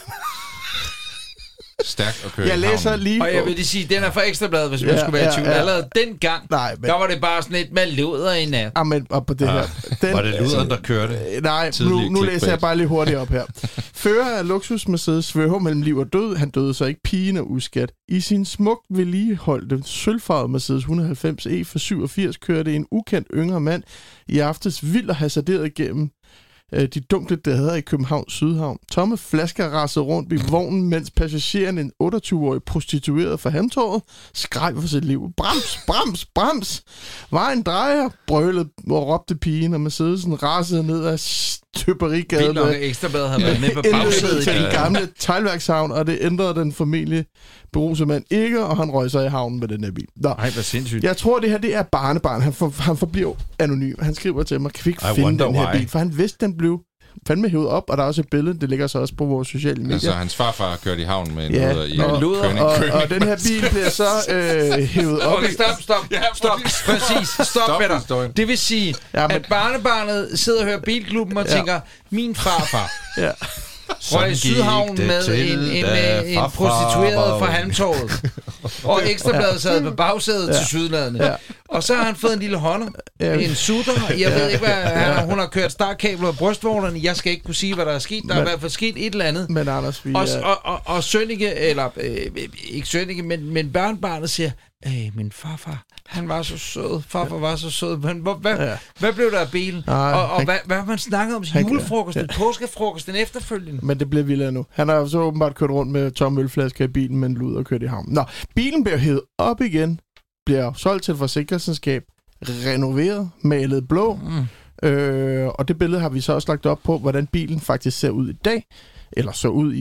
Stærkt at køre jeg læser lige. Og jeg vil lige sige, den er fra Ekstrabladet, hvis man skulle være i tvivl. Allerede dengang, der var det bare sådan et med luder i nat. Men op på det her. Var det luderen, der kørte? Nej, nu læser jeg bare lige hurtigt op her. Fører af luksus Mercedes svæver mellem liv og død. Han døde så ikke, pigen er uskat. I sin smukt vedligeholdte sølvfarvede Mercedes 190e for 87 kørte en ukendt yngre mand i aftes vildt og hasarderet gennem de dunkle dader i Københavns Sydhavn. Tomme flasker rasede rundt i vognen, mens passageren, en 28-årig prostitueret fra Hamtorvet, skreg for sit liv. Brems! Vejen drejer, brølede og råbte pigen, og Mercedesen rasede ned ad Støberigaden. Vildt nok Ekstrabladet havde været med på bagsædet til den gamle teglværkshavn, og det ændrede den familie berusede mand ikke, og han røg sig i havnen med den her bil. Nej, hvad sindssygt. Jeg tror, det her det er barnebarn. Han forbliver anonym. Han skriver til mig, kan vi ikke finde den her bil? For han vidste, den blev fandme hævet op, og der er også et billede, det ligger så også på vores sociale medier. Altså, hans farfar har kørt i havnen med en luder og den her bil bliver så hævet op. Okay, stop. Præcis, stop med dig. Det vil sige, at barnebarnet sidder og hører Bilklubben og tænker, min farfar. Ja. Røg i Sydhavn med en prostitueret fra Halmtorvet. Og Ekstrabladet sad på bagsædet til Sydladene. Ja. Og så har han fået en lille hånder, en sutter. Jeg ved ikke, hvad hun har kørt startkabler og brystvognerne. Jeg skal ikke kunne sige, hvad der er sket. Der er i hvert fald sket et eller andet. Men Anders, og Sønneke, eller ikke Sønneke, men børnbarnet siger, min farfar, han var så sød. Farfar var så sød. Men hvad blev der af bilen? Og hvad har man snakket om? Julefrokosten, påskefrokosten efterfølgende? Men det bliver vildere nu. Han har så åbenbart kørt rundt med tomme ølflasker i bilen, men luder og kørt i havnen. Nå, bilen bliver hævet op igen, bliver solgt til et forsikringsselskab, renoveret, malet blå. Og det billede har vi så også lagt op på, hvordan bilen faktisk ser ud i dag. Eller så ud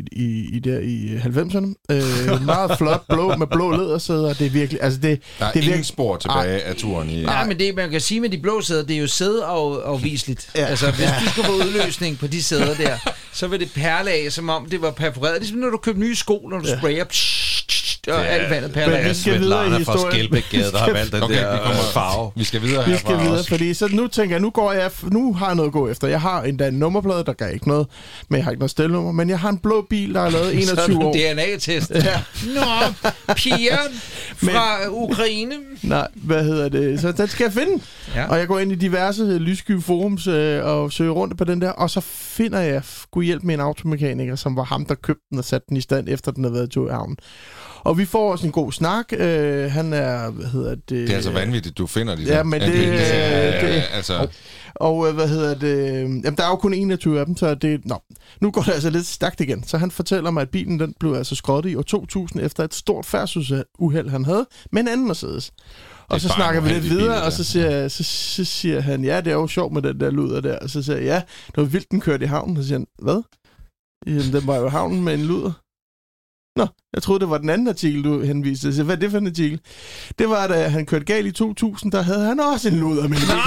i 90'erne. Meget flot, blå med blå lædersæder. Det er virkelig... Altså det, der er det er ingen spor tilbage af turen i... Nej, men det man kan sige med de blå sæder, det er jo sædeafviseligt. Ja. Altså, hvis du skal få udløsning på de sæder der, så vil det perle af, som om det var perforeret. Ligesom når du køber nye sko, når du sprayer... Og alt vandet perler af. Vi skal videre i historien. fra Skelbækgade, der har valgt den der farve. Vi skal videre herfra. Vi skal videre, fordi så nu tænker jeg, nu har jeg noget at gå efter. Jeg har endda en nummerplade, der gør ikke noget, men jeg har ikke noget stelnummer. Men jeg har en blå bil, der er lavet 21 år. Så er DNA-test. Ja. Nå, pigeren fra Ukraine. Nej, hvad hedder det? Så den skal jeg finde. Ja. Og jeg går ind i diverse lyssky forums og søger rundt på den der, og så finder jeg god hjælp med en automekaniker, som var ham, der købte den og satte den i stand, efter den havde været tur i havnen. Og vi får også en god snak. Han er, hvad hedder det... Det er altså vanvittigt, du finder de ja, men det altså... Og hvad hedder det... Jamen, der er jo kun 21 af dem, så det... Nå, nu går det altså lidt stærkt igen. Så han fortæller mig, at bilen den blev altså skrottet i år 2000 efter et stort færdselsuheld, han havde med en anden Mercedes. Og så snakker vi lidt videre, og så siger han, ja, det er jo sjovt med den der luder der. Og så siger jeg, ja, det var vildt, den kørte i havnen. Og så siger han, hvad? Jamen, den var jo i havnen med en luder. Nå, jeg troede, det var den anden artikel, du henviste. Så hvad er det for en artikel? Det var, da han kørte galt i 2000, der havde han også en luder med. Nej!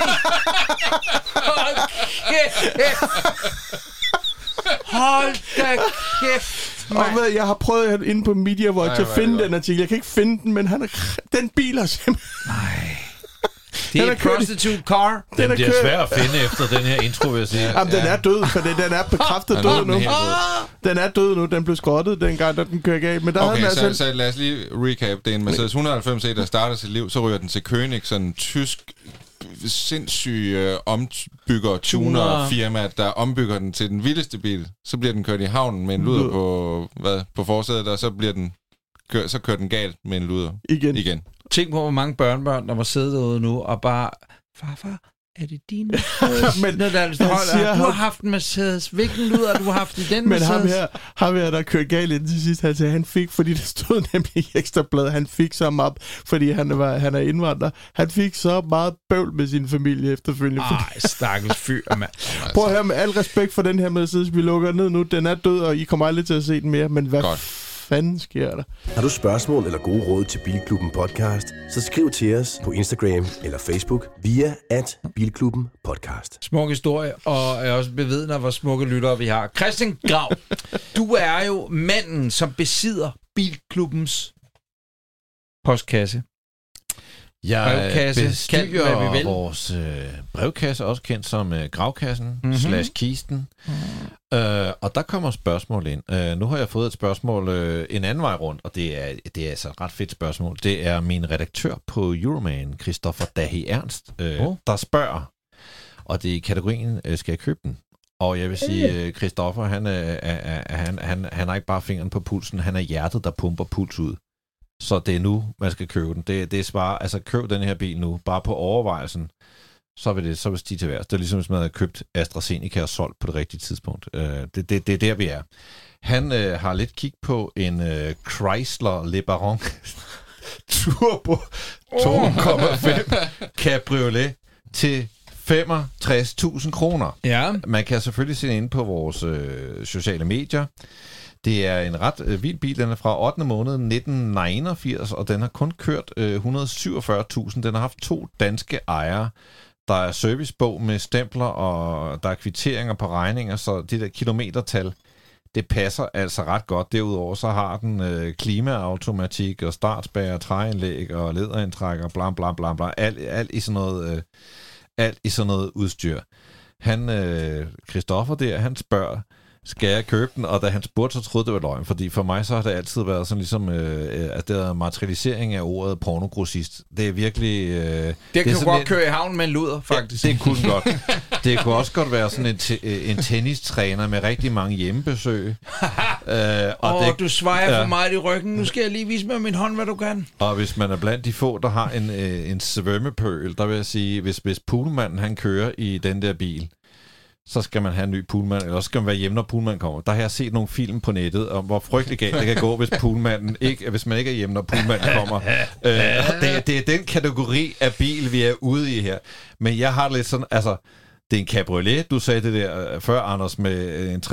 Hold da kæft, og hvad, jeg har prøvet inde på Media Watch at finde den artikel. Jeg kan ikke finde den, men den bil har simpelthen... Nej. Det er prostitute car. Den bliver svær at finde efter den her intro, vil jeg sige. Jamen, den er død, for den er bekræftet død nu. Den er død nu. Den blev skrottet dengang, da den kører galt. Men der okay, så lad os lige recap. Det er en Mercedes 190 der starter sit liv, så ryger den til König, sådan en tysk sindssyg ombygger, tuner firma, der ombygger den til den vildeste bil. Så bliver den kørt i havnen med en luder på forsædet, og så kører den galt med en luder igen. Tænk på, hvor mange børnebørn, der var siddet derude nu, og bare, farfar, er det din Mercedes? Men du har haft en Mercedes. Hvilken luder du har haft i den Mercedes? Men ham her, der kørte galt ind til sidst, han fik, fordi det stod nemlig i Ekstrabladet, han fik så meget, fordi han er indvandrer, han fik så meget bøvl med sin familie efterfølgende. Ej, stakkels fyr, mand. Prøv at høre, med al respekt for den her Mercedes, vi lukker ned nu, den er død, og I kommer aldrig til at se den mere, men hvad fanden sker der? Har du spørgsmål eller gode råd til Bilklubben Podcast, så skriv til os på Instagram eller Facebook via @Bilklubben Podcast. Smuk historie, og jeg også bevidner, hvor smukke lyttere vi har. Christian Grau, du er jo manden, som besidder Bilklubbens postkasse. Jeg bestyrer vores brevkasse, også kendt som gravkassen, /kisten. Og der kommer spørgsmål ind. Nu har jeg fået et spørgsmål en anden vej rundt, og det er altså et ret fedt spørgsmål. Det er min redaktør på Euroman, Christoffer Dahi Ernst, der spørger, og det er i kategorien, skal jeg købe den? Og jeg vil sige, Christoffer, han har ikke bare fingeren på pulsen, han er hjertet, der pumper puls ud. Så det er nu, man skal købe den. Det er svar, altså køb den her bil nu, bare på overvejelsen, så vil det stige til værs. Det er ligesom, hvis man havde købt AstraZeneca og solgt på det rigtige tidspunkt. Det er der, vi er. Han har lidt kig på en Chrysler Le Baron Turbo 2,5 Cabriolet til 65.000 kroner. Ja. Man kan selvfølgelig se ind på vores sociale medier. Det er en ret vild bil. Den er fra 8. måned 1989, og den har kun kørt 147.000. Den har haft 2 danske ejere. Der er servicebog med stempler, og der er kvitteringer på regninger, så det der kilometertal, det passer altså ret godt. Derudover så har den klimaautomatik og startspærre, træanlæg og læderindtrækker, bla bla bla bla. Alt i sådan noget udstyr. Christoffer der, han spørger, skal jeg købe den? Og da han spurgte, så troede det var løgn, fordi for mig så har det altid været sådan ligesom, at det er materialisering af ordet pornogrossist. Det er virkelig... det kan jo godt køre i havnen med en luder, faktisk. Det kunne godt. Det kunne også godt være sådan en tennistræner med rigtig mange hjemmebesøg. Du svejer for meget i ryggen. Nu skal jeg lige vise med min hånd, hvad du kan. Og hvis man er blandt de få, der har en svømmepøl, der vil jeg sige, hvis poolmanden han kører i den der bil, så skal man have en ny poolmand, eller også skal man være hjemme, når poolmanden kommer. Der har jeg set nogle film på nettet om, hvor frygtelig galt det kan gå, hvis man ikke er hjemme, når poolmanden kommer. Det er den kategori af bil, vi er ude i her. Men jeg har lidt sådan, altså, det er en cabriolet, du sagde det der før, Anders, med en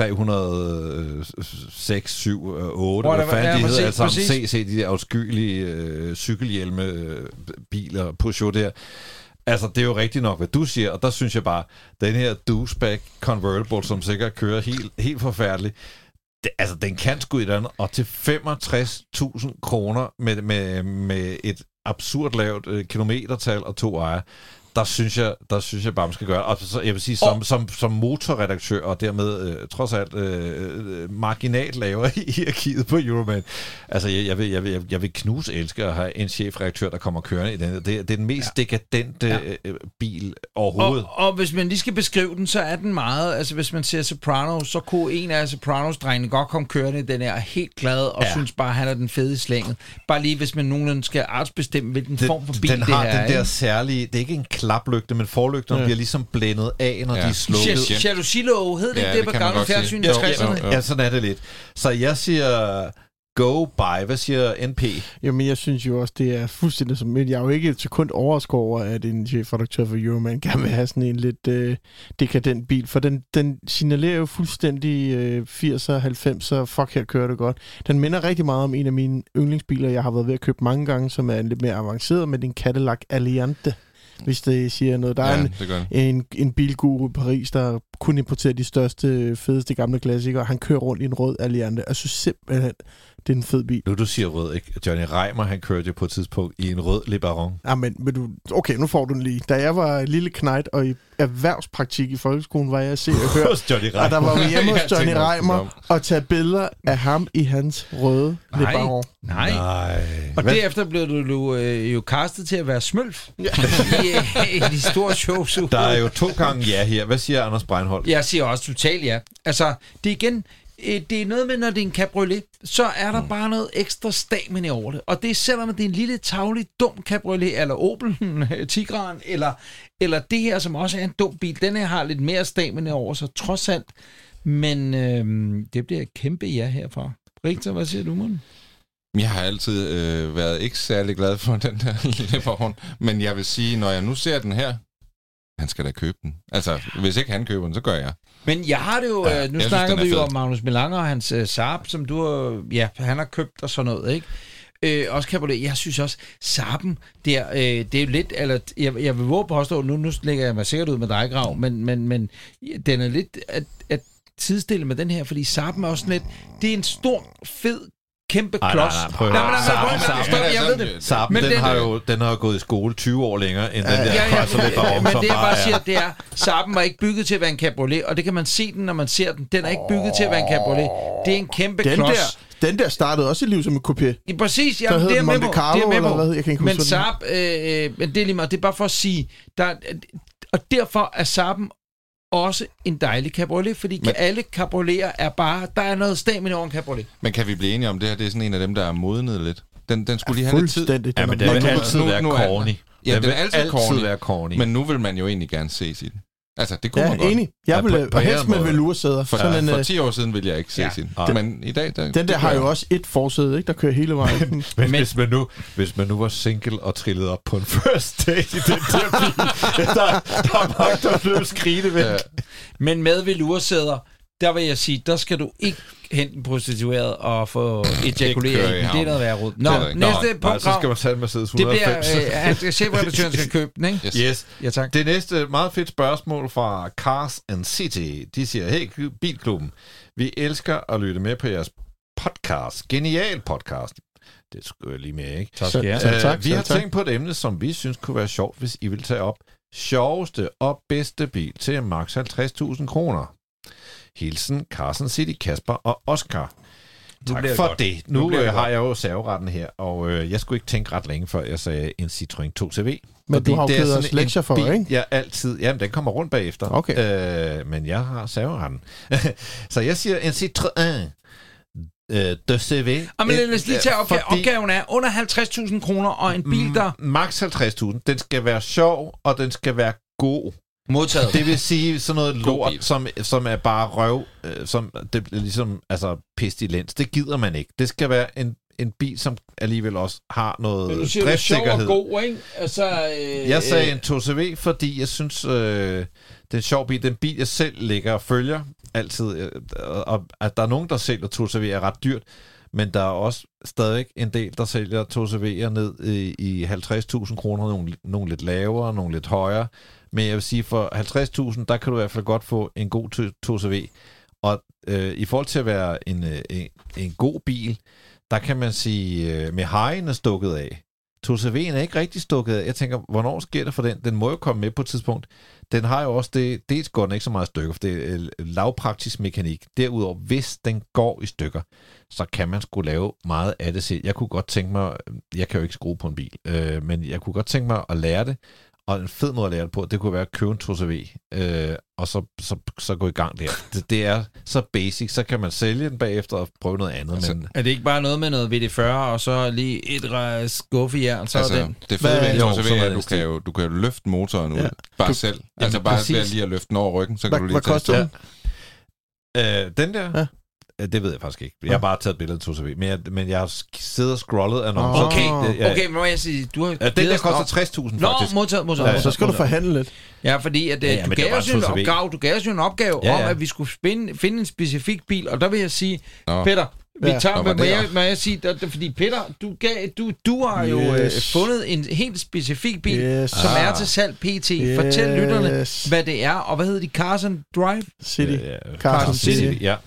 306, 7, 8. Hvad fanden de hedder alle sammen? Se de der afskyelige cykelhjelme biler på show der. Altså, det er jo rigtigt nok, hvad du siger, og der synes jeg bare, den her douchebag convertible, som sikkert kører helt forfærdeligt, den kan sgu i den, og til 65.000 kroner med et absurd lavt kilometertal og 2 ejere, der synes jeg bare, man skal gøre. Og så, jeg vil sige, som motorredaktør, og dermed trods alt marginalt lavere i hierarkiet på Euroman, altså jeg vil knuse elske at have en chefredaktør, der kommer kørende i den. Det er den mest dekadente bil overhovedet. Og hvis man lige skal beskrive den, så er den meget, altså hvis man ser Sopranos, så kunne en af Sopranos-drengene godt komme kørende, den er helt glad, og synes bare, han er den fede i slænget. Bare lige, hvis man nogenlunde skal artsbestemme, hvilken form for bil den har det her, den der særlige, det er ikke en klaplygte, men forlygterne bliver ligesom blændet af, når de er slukket. Jalousilåge, hed det ikke det på gamle fjernsyn i 60'erne? Ja, sådan er det lidt. Så jeg siger, go by. Hvad siger NP? Jamen, jeg synes jo også, det er fuldstændig som... Jeg er jo ikke et sekund overrasket over, at en chefredaktør for Euroman gerne vil have sådan en lidt dekadent bil, for den signalerer jo fuldstændig 80'er, 90'er, fuck, her kører det godt. Den minder rigtig meget om en af mine yndlingsbiler, jeg har været ved at købe mange gange, som er lidt mere avanceret, med en Cadillac Aliante, hvis det siger noget. Der er en bilguru i Paris, der kun importerer de største, fedeste gamle klassikere. Han kører rundt i en rød Alliante. Jeg synes simpelthen, det er en fed bil. Nu du siger rød, ikke? Johnny Reimer, han kørte jo på et tidspunkt i en rød LeBaron. Ja, men du... Okay, nu får du den lige. Da jeg var lille knejt og i erhvervspraktik i folkeskolen, var jeg at se og høre, og der var vi hjemme hos Johnny Reimer og tage billeder af ham i hans røde LeBaron. Nej. Og derefter blev du jo castet til at være smølf i de store shows. Der er jo 2 gange ja her. Hvad siger Anders Breinholt? Jeg siger også totalt ja. Altså, det er igen... Det er noget med, når det er en cabriolet, så er der bare noget ekstra stamina over det. Og det er selvom det er en lille tavlig dum cabriolet, eller Opel Tigraen, eller det her, som også er en dum bil. Den her har lidt mere stamina over sig, trods alt. Men det bliver et kæmpe ja herfra. Richter, hvad siger du, Morten? Jeg har altid været ikke særlig glad for den der lille vogn, men jeg vil sige, når jeg nu ser den her, han skal da købe den. Altså, hvis ikke han køber den, så gør jeg. Men jeg har det jo, nu snakker vi jo om Magnus Melanger og hans Saab, som han har købt og sådan noget, ikke? Også cabriolet. Jeg synes også, Saaben, det er jo lidt, eller jeg vil våge påstå, nu lægger jeg mig sikkert ud med dig, Grav, men den er lidt at sidestille med den her, fordi Saaben er også lidt, det er en stor, fed, kæmpe klods. Jeg ved det. Saaben, den har jo gået i skole 20 år længere, end den der. Men det jeg bare siger, det er, Saaben var ikke bygget til at være en cabriolet, og det kan man se den, når man ser den. Den er ikke bygget til at være en cabriolet. Det er en kæmpe klods. Den der startede også et liv som en kopié. Præcis, ja, det er med på. Men Saab, men det er lige meget, det er bare for at sige, og derfor er Saaben også en dejlig cabriolet, fordi alle cabrioleter er bare, der er noget stamina over en cabriolet. Men kan vi blive enige om det her, det er sådan en af dem, der er modnet lidt? Den skulle lige have lidt tid. Ja, men det vil altid være corny. Ja, den vil altid være corny. Men nu vil man jo egentlig gerne se i den. Altså, det kunne man godt. Enig. Jeg vil helst med velursæder. For 10 år siden ville jeg ikke se sin. Men i dag... Den der har jo også et forsæde, ikke? Der kører hele vejen. Men hvis man nu var single og trillede op på en first date i den der bil, der er mange, der blev skrigende ved. Men med velursæder, der vil jeg sige, der skal du ikke hente en prostitueret og få ejakuleret. Det er noget værre rod. Næste punkt. Så skal man tage en Mercedes 190. Det bliver, chefredaktøren skal købe den, ikke? Yes. Ja, tak. Det næste meget fedt spørgsmål fra Cars and City. De siger, hey Bilklubben, vi elsker at lytte med på jeres podcast. Genial podcast. Det skulle jeg lige med, ikke? Tak. Vi har tænkt på et emne, som vi synes kunne være sjovt, hvis I vil tage op. Sjoveste og bedste bil til max 50.000 kroner. Hilsen Carson City, Kasper og Oscar. Tak for det. Nu har jeg jo serveretten her, og jeg skulle ikke tænke ret længe, før jeg sagde en Citroën 2CV. Men du har jo givet os lektier for, ikke? Jeg altid... Jamen, den kommer rundt bagefter. Okay. Men jeg har serveretten. Så jeg siger en Citroën de CV. Men lad os lige tage opgaven er under 50.000 kroner, og en bil, der... Max 50.000. Den skal være sjov, og den skal være god. Modtaget. Det vil sige sådan noget lort, som er bare røv, som det er ligesom pestilens. Det gider man ikke. Det skal være en bil, som alligevel også har noget driftssikkerhed. Men du siger, sjov og god, ikke? Altså, jeg sagde en 2CV, fordi jeg synes, det er en sjov bil. Den bil, jeg selv ligger og følger altid. Og at der er nogen, der sælger 2CV er ret dyrt, men der er også stadig en del, der sælger 2CV'er ned i 50.000 kroner. Nogle lidt lavere, nogle lidt højere. Men jeg vil sige, for 50.000, der kan du i hvert fald godt få en god 2CV. Og i forhold til at være en god bil, der kan man sige, med hajen er stukket af. 2CV'en er ikke rigtig stukket af. Jeg tænker, hvornår sker det for den? Den må jo komme med på et tidspunkt. Den har jo også det, dels går den ikke så meget i stykker, for det er lavpraktisk mekanik. Derudover, hvis den går i stykker, så kan man sgu lave meget af det selv. Jeg kunne godt tænke mig, jeg kan jo ikke skrue på en bil, men jeg kunne godt tænke mig at lære det. Og en fed måde at lære det på, det kunne være at købe en 2CV, og så gå i gang der. Det er så basic, så kan man sælge den bagefter og prøve noget andet. Altså, men er det ikke bare noget med noget VD40, og så lige et skuffejern, så altså, den? Det fede ved en 2CV er, at du kan jo løfte motoren ud, bare selv. Altså bare ved lige at løfte den over ryggen, så kan du lige tage den der? Det ved jeg faktisk ikke. Jeg har bare taget billedet til CV, men jeg har siddet og scrollet annoncer. Okay, men må jeg sige, du har... Den der koster 60.000 faktisk. Modtaget. Så skal du forhandle lidt. Ja, fordi at, du gav os jo en opgave om, at vi skulle finde en specifik bil, og der vil jeg sige, Peter, vi tager, må jeg sige, fordi Peter, du har jo fundet en helt specifik bil, som er til salg PT. Fortæl lytterne, hvad det er, og hvad hedder de? Carson Drive? City. Carson City. Ja.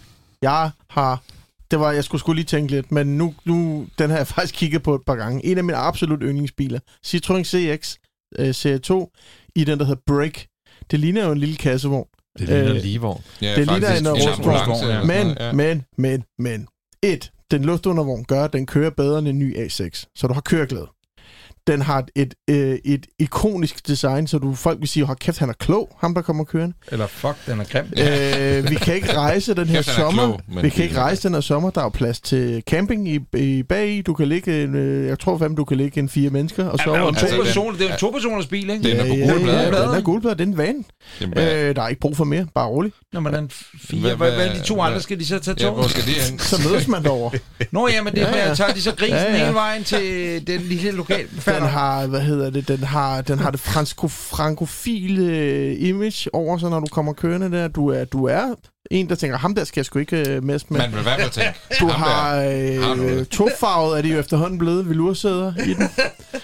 Jeg skulle lige tænke lidt, men nu den har jeg faktisk kigget på et par gange. En af mine absolut yndlingsbiler, Citroën CX Serie 2, i den, der hedder Break. Det ligner jo en lille kassevogn. Det ligner en ligevogn. Ja, det ligner en rustvogn. Men. Den luftundervogn gør, at den kører bedre end en ny A6. Så du har køreglæde. Den har et ikonisk design, så folk vil sige, hold kæft, han er klog, ham der kommer kørende. Eller fuck, den er grim. Vi kan ikke rejse den her sommer. Der er jo plads til camping i bag. Du kan ligge, jeg tror du kan ligge 4 mennesker og sove. Det er jo en 2-personers bil, ikke? Den er på gule blade. Den er gule blade, det er en van. Der er ikke brug for mere, bare roligt. Nå, men den 4, hvad de 2 andre, skal de så tage tog? Hvor skal de hen? Så mødes man derovre. Nå ja, men det tager de så grisen hele vejen til den lille lokal. Den har, den har det frankofile image over sig, når du kommer kørende der. Du er en, der tænker, ham der skal jeg sgu ikke mest med. Man vil være på tænke. Du har tofarvet, er det jo efterhånden blevet velursæder i den.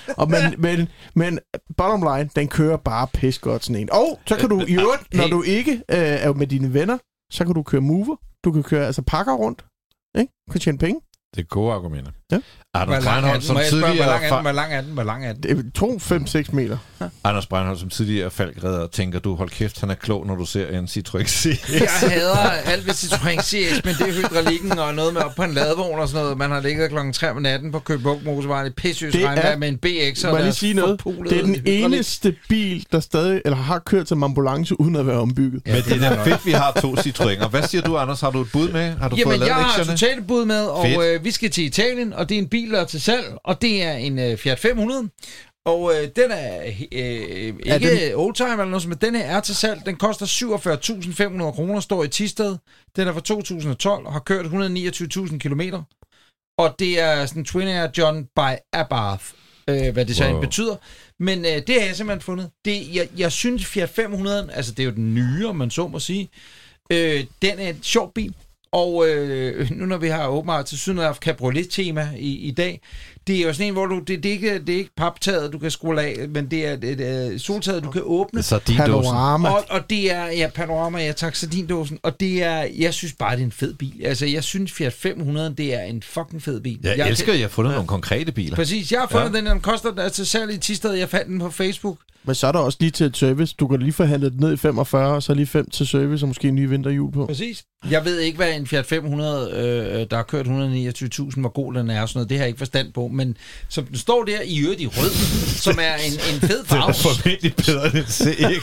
Men bottom line, den kører bare pis godt sådan en. Og så kan du i øvrigt, når du ikke er med dine venner, så kan du køre mover. Du kan køre pakker rundt. Ikke? Du kan tjene penge. Det er gode argumenter. Ja. Anders Breinholt, som tidligere... Hvor lang er den? Det er 5-6 meter. Anders Breinholt, som tidligere falkredder, tænker du, hold kæft, han er klog, når du ser en Citroën CX. Jeg hader alt ved Citroën CX, men det er hydraulikken og noget med op på en ladevogn og sådan noget. Man har ligget klokken 3 om natten på Køge Bugt Motorvejen i pissøs regnvejr med en BX. Må jeg lige sige noget? Det er den eneste bil, der stadig har kørt som ambulance uden at være ombygget. Men det er fedt, vi har 2 Citroëner. Hvad siger du, Anders? Har du et bud med? Har du fået lavet jeg har lektierne? totalt bud med, og vi skal til Italien, og det er en bil, der er til salg, og det er en Fiat 500. Og den er ikke oldtimer eller noget, men den her er til salg. Den koster 47.500 kroner, står i Thisted. Den er fra 2012 og har kørt 129.000 kilometer. Og det er sådan Twin Air John by Abarth, hvad det så betyder. Men det har jeg simpelthen fundet. Jeg synes Fiat 500, altså det er jo den nye, om man så må sige, den er en sjov bil. Og nu når vi har åbenbart til syden af cabriolet-tema i dag, det er jo sådan en, hvor det er ikke paptaget, du kan skrue af, men det er et soltaget, du kan åbne. Panorama. Og det er, panorama, tak, sardindåsen. Og det er, jeg synes bare, det er en fed bil. Altså, jeg synes Fiat 500, det er en fucking fed bil. Jeg elsker, at jeg har fundet nogle konkrete biler. Præcis, jeg har fundet den koster altså salg i Thisted, jeg fandt den på Facebook. Men så er der også lige til et service. Du kan lige forhandle det ned i 45, og så lige 5 til service, og måske en ny vinterhjul på. Præcis. Jeg ved ikke, hvad en Fiat 500, der har kørt 129.000, hvor god den er og sådan noget. Det har jeg ikke forstand på. Men som den står der i øvrigt i rød, som er en fed farve. Det er formentlig bedre end CX.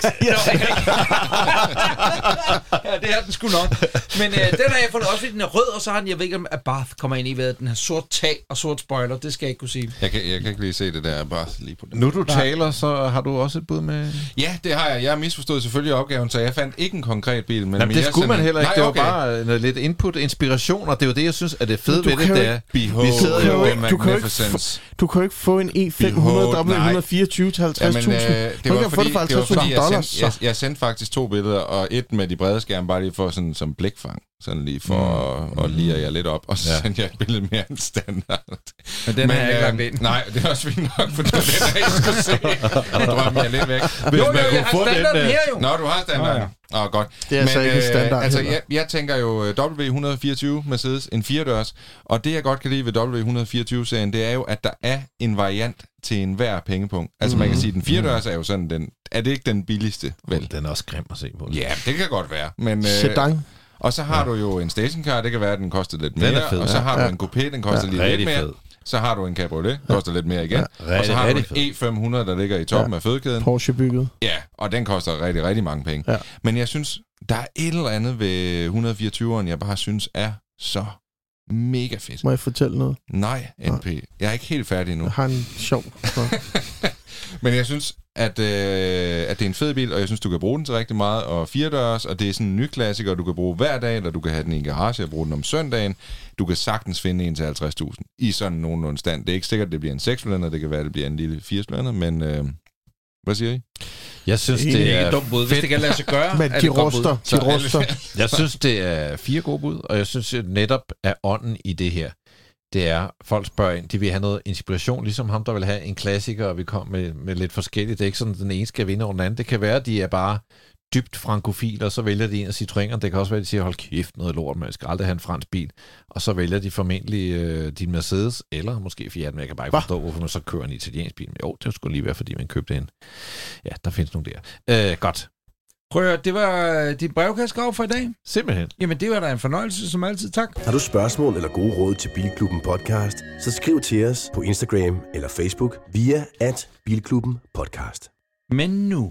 Ja, det er den sgu nok. Men den har jeg fundet også, fordi den er rød, og så har den, jeg ved ikke om Abarth kommer ind i, hvad den har sort tag og sort spoiler. Det skal jeg ikke kunne sige. Jeg kan ikke lige se det der Abarth lige på den. Nu du taler, så har du også et bud med... Ja, det har jeg. Jeg har misforstået selvfølgelig opgaven, så jeg fandt ikke en konkret bil. Men det skulle man heller ikke. Det var bare noget lidt input, inspiration, og det er jo det, jeg synes, at det fede ved det, det er... Du kan jo ikke få en E500 W124 til 50.000. Det var fordi jeg sendte faktisk 2 billeder, og et med de brede skærme, bare lige for sådan som blikfang. Sådan lige for at lire jer lidt op, og så sendte jeg et billede mere end standard. Men den har jeg ikke lagt ind. Nej, det er også fint nok, for det er den, jeg skulle se. Jeg drømmer jeg lidt væk. Jo, jeg har standarden her jo. Nå, du har standarden. Godt. Det er altså ikke standard. Altså, jeg tænker jo W124 Mercedes, en 4-dørs, og det jeg godt kan lide ved W124-serien, det er jo, at der er en variant til enhver pengepunkt. Altså man kan sige, at den 4-dørs er jo sådan den... Er det ikke den billigste? Vel? Den er også grim at se på. Ja, det kan godt være. Men, sedan. Og så har du jo en stationcar, det kan være, at den koster lidt mere. Fed, og så har du en coupé, den koster lidt mere. Fed. Så har du en cabriolet, koster lidt mere igen. Og så har du en E500, der ligger i toppen af fødekæden. Porsche bygget. Ja, og den koster rigtig, rigtig mange penge. Ja. Men jeg synes, der er et eller andet ved 124'eren, jeg bare synes er så mega fedt. Må jeg fortælle noget? Nej, NP. Jeg er ikke helt færdig nu. Jeg har en sjov. Men jeg synes, at det er en fed bil, og jeg synes, du kan bruge den til rigtig meget, og 4-dørs, og det er sådan en ny klassiker, du kan bruge hver dag, eller du kan have den i en garage og bruge den om søndagen. Du kan sagtens finde en til 50.000 i sådan nogenlunde stand. Det er ikke sikkert, at det bliver en 6-cylinder, det kan være, at det bliver en lille 4-cylinder, men hvad siger I? Jeg synes, Det er et dumt bud. Hvis det kan lade sig gøre, Men de ruster. Jeg synes, det er 4 gode bud, og jeg synes at netop, at ånden i det her, det er, folk spørger ind, de vil have noget inspiration, ligesom ham, der vil have en klassiker, og vi kom med lidt forskelligt. Det er ikke sådan, at den ene skal vinde over den anden. Det kan være, at de er bare dybt frankofile, og så vælger de en af Citroënerne. Det kan også være, at de siger, hold kæft, noget lort, man skal aldrig have en fransk bil. Og så vælger de formentlig din Mercedes, eller måske Fiat, men jeg kan bare ikke forstå, hvorfor man så kører en italiensk bil. Men jo, det skulle lige være, fordi man købte en. Ja, der findes nogle der. Godt. Prøv at høre, det var din brevkassegrav for i dag. Simpelthen. Jamen, det var da en fornøjelse, som altid. Tak. Har du spørgsmål eller gode råd til Bilklubben Podcast, så skriv til os på Instagram eller Facebook via @Bilklubben Podcast. Men nu.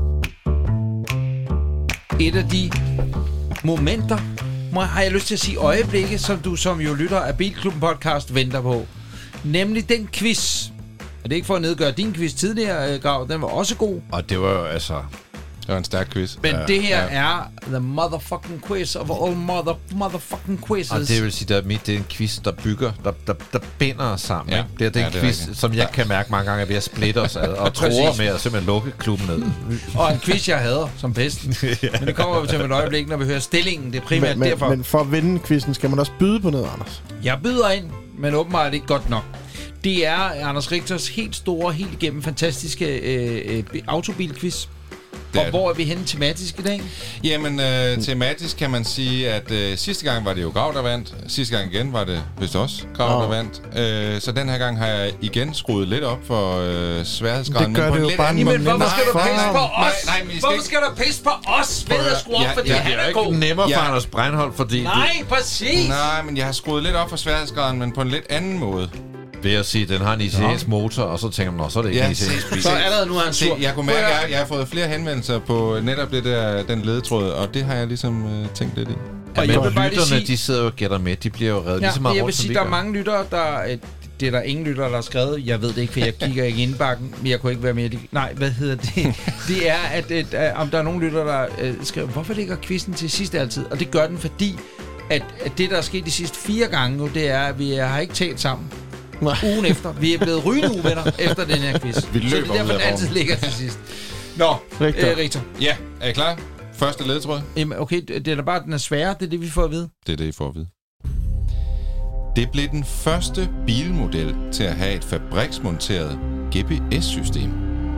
Et af de momenter, har jeg lyst til at sige øjeblikke, som du som jo lytter af Bilklubben Podcast venter på. Nemlig den quiz. Og det er ikke for at nedgøre din quiz tidligere, Grav. Den var også god. Og det var jo altså... Det var en stærk quiz. Men det her er the motherfucking quiz of all motherfucking quizzes. Og det vil sige, at det er en quiz, der bygger, der binder os sammen. Ja. Det er den quiz, som jeg kan mærke mange gange, at vi har splittet os ad, og tror med at simpelthen lukke klubben ned. Og en quiz, jeg hader som pesten. Men det kommer vi til et øjeblik, når vi hører stillingen. Det er primært derfor. Men for at vinde quizzen, skal man også byde på noget, Anders? Jeg byder ind, men åbenbart er det ikke godt nok. Det er Anders Richters helt store, helt igennem fantastiske autobilquiz. Og hvor er vi henne tematisk i dag? Jamen, tematisk kan man sige, at sidste gang var det jo Grav, der vandt. Sidste gang igen var det vist også Grav, der vandt. Så den her gang har jeg igen skruet lidt op for sværhedsgraden. Det gør det jo bare en men hvorfor skal du pisse på os? Hvorfor skal du pisse på os ved at skrue op, fordi han er god? Det er ikke nemmere for Anders Breinholt, fordi... Nej, præcis! Nej, men jeg har skruet lidt op for sværhedsgraden, men på en lidt anden måde. Ved at sige, at den har en italiensk motor, og så tænker man, så er det ikke en italiensk bil. Så allerede nu har han sur. Jeg kunne mærke, at jeg har fået flere henvendelser på netop det der, den ledetråd, og det har jeg ligesom tænkt lidt i. Og jeg vil bare lytterne, sige, de sidder jo og gætter med. De bliver jo reddet lige så meget jeg rundt, vil sige, der er mange lyttere, det er der ingen lyttere, der har skrevet. Jeg ved det ikke, for jeg kigger ikke i indbakken, men jeg kunne ikke være mere... Nej, hvad hedder det? Det er, at om der er nogen lyttere, der skriver, hvorfor ligger quizzen til sidst altid? Og det gør den, fordi at det, der er sket de sidste 4 gange nu, det er, at vi har ikke talt sammen. Ugen efter. Vi er blevet rygende uvenner efter den her quiz. Vi løber. Så det er derfor, den altid ligger til sidst. Nå, Richter. Ja, er I klar? Første ledetråd. Jamen, okay, det er da bare, den er svær. Det er det, vi får at vide. Det er det, I får at vide. Det blev den første bilmodel til at have et fabriksmonteret GPS-system.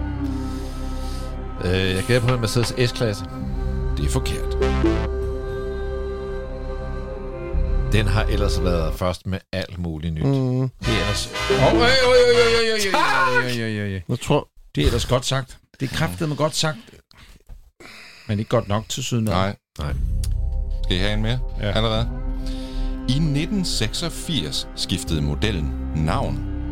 Jeg gætter på en Mercedes S-klasse. Det er forkert. Den har ellers været først med alt muligt nyt. Det er ellers... Jeg tror... Det er ellers godt sagt. Det er kraftedeme godt sagt. Men ikke godt nok til syden. Nej. Skal I have en mere? Ja. Allerede? I 1986 skiftede modellen navn.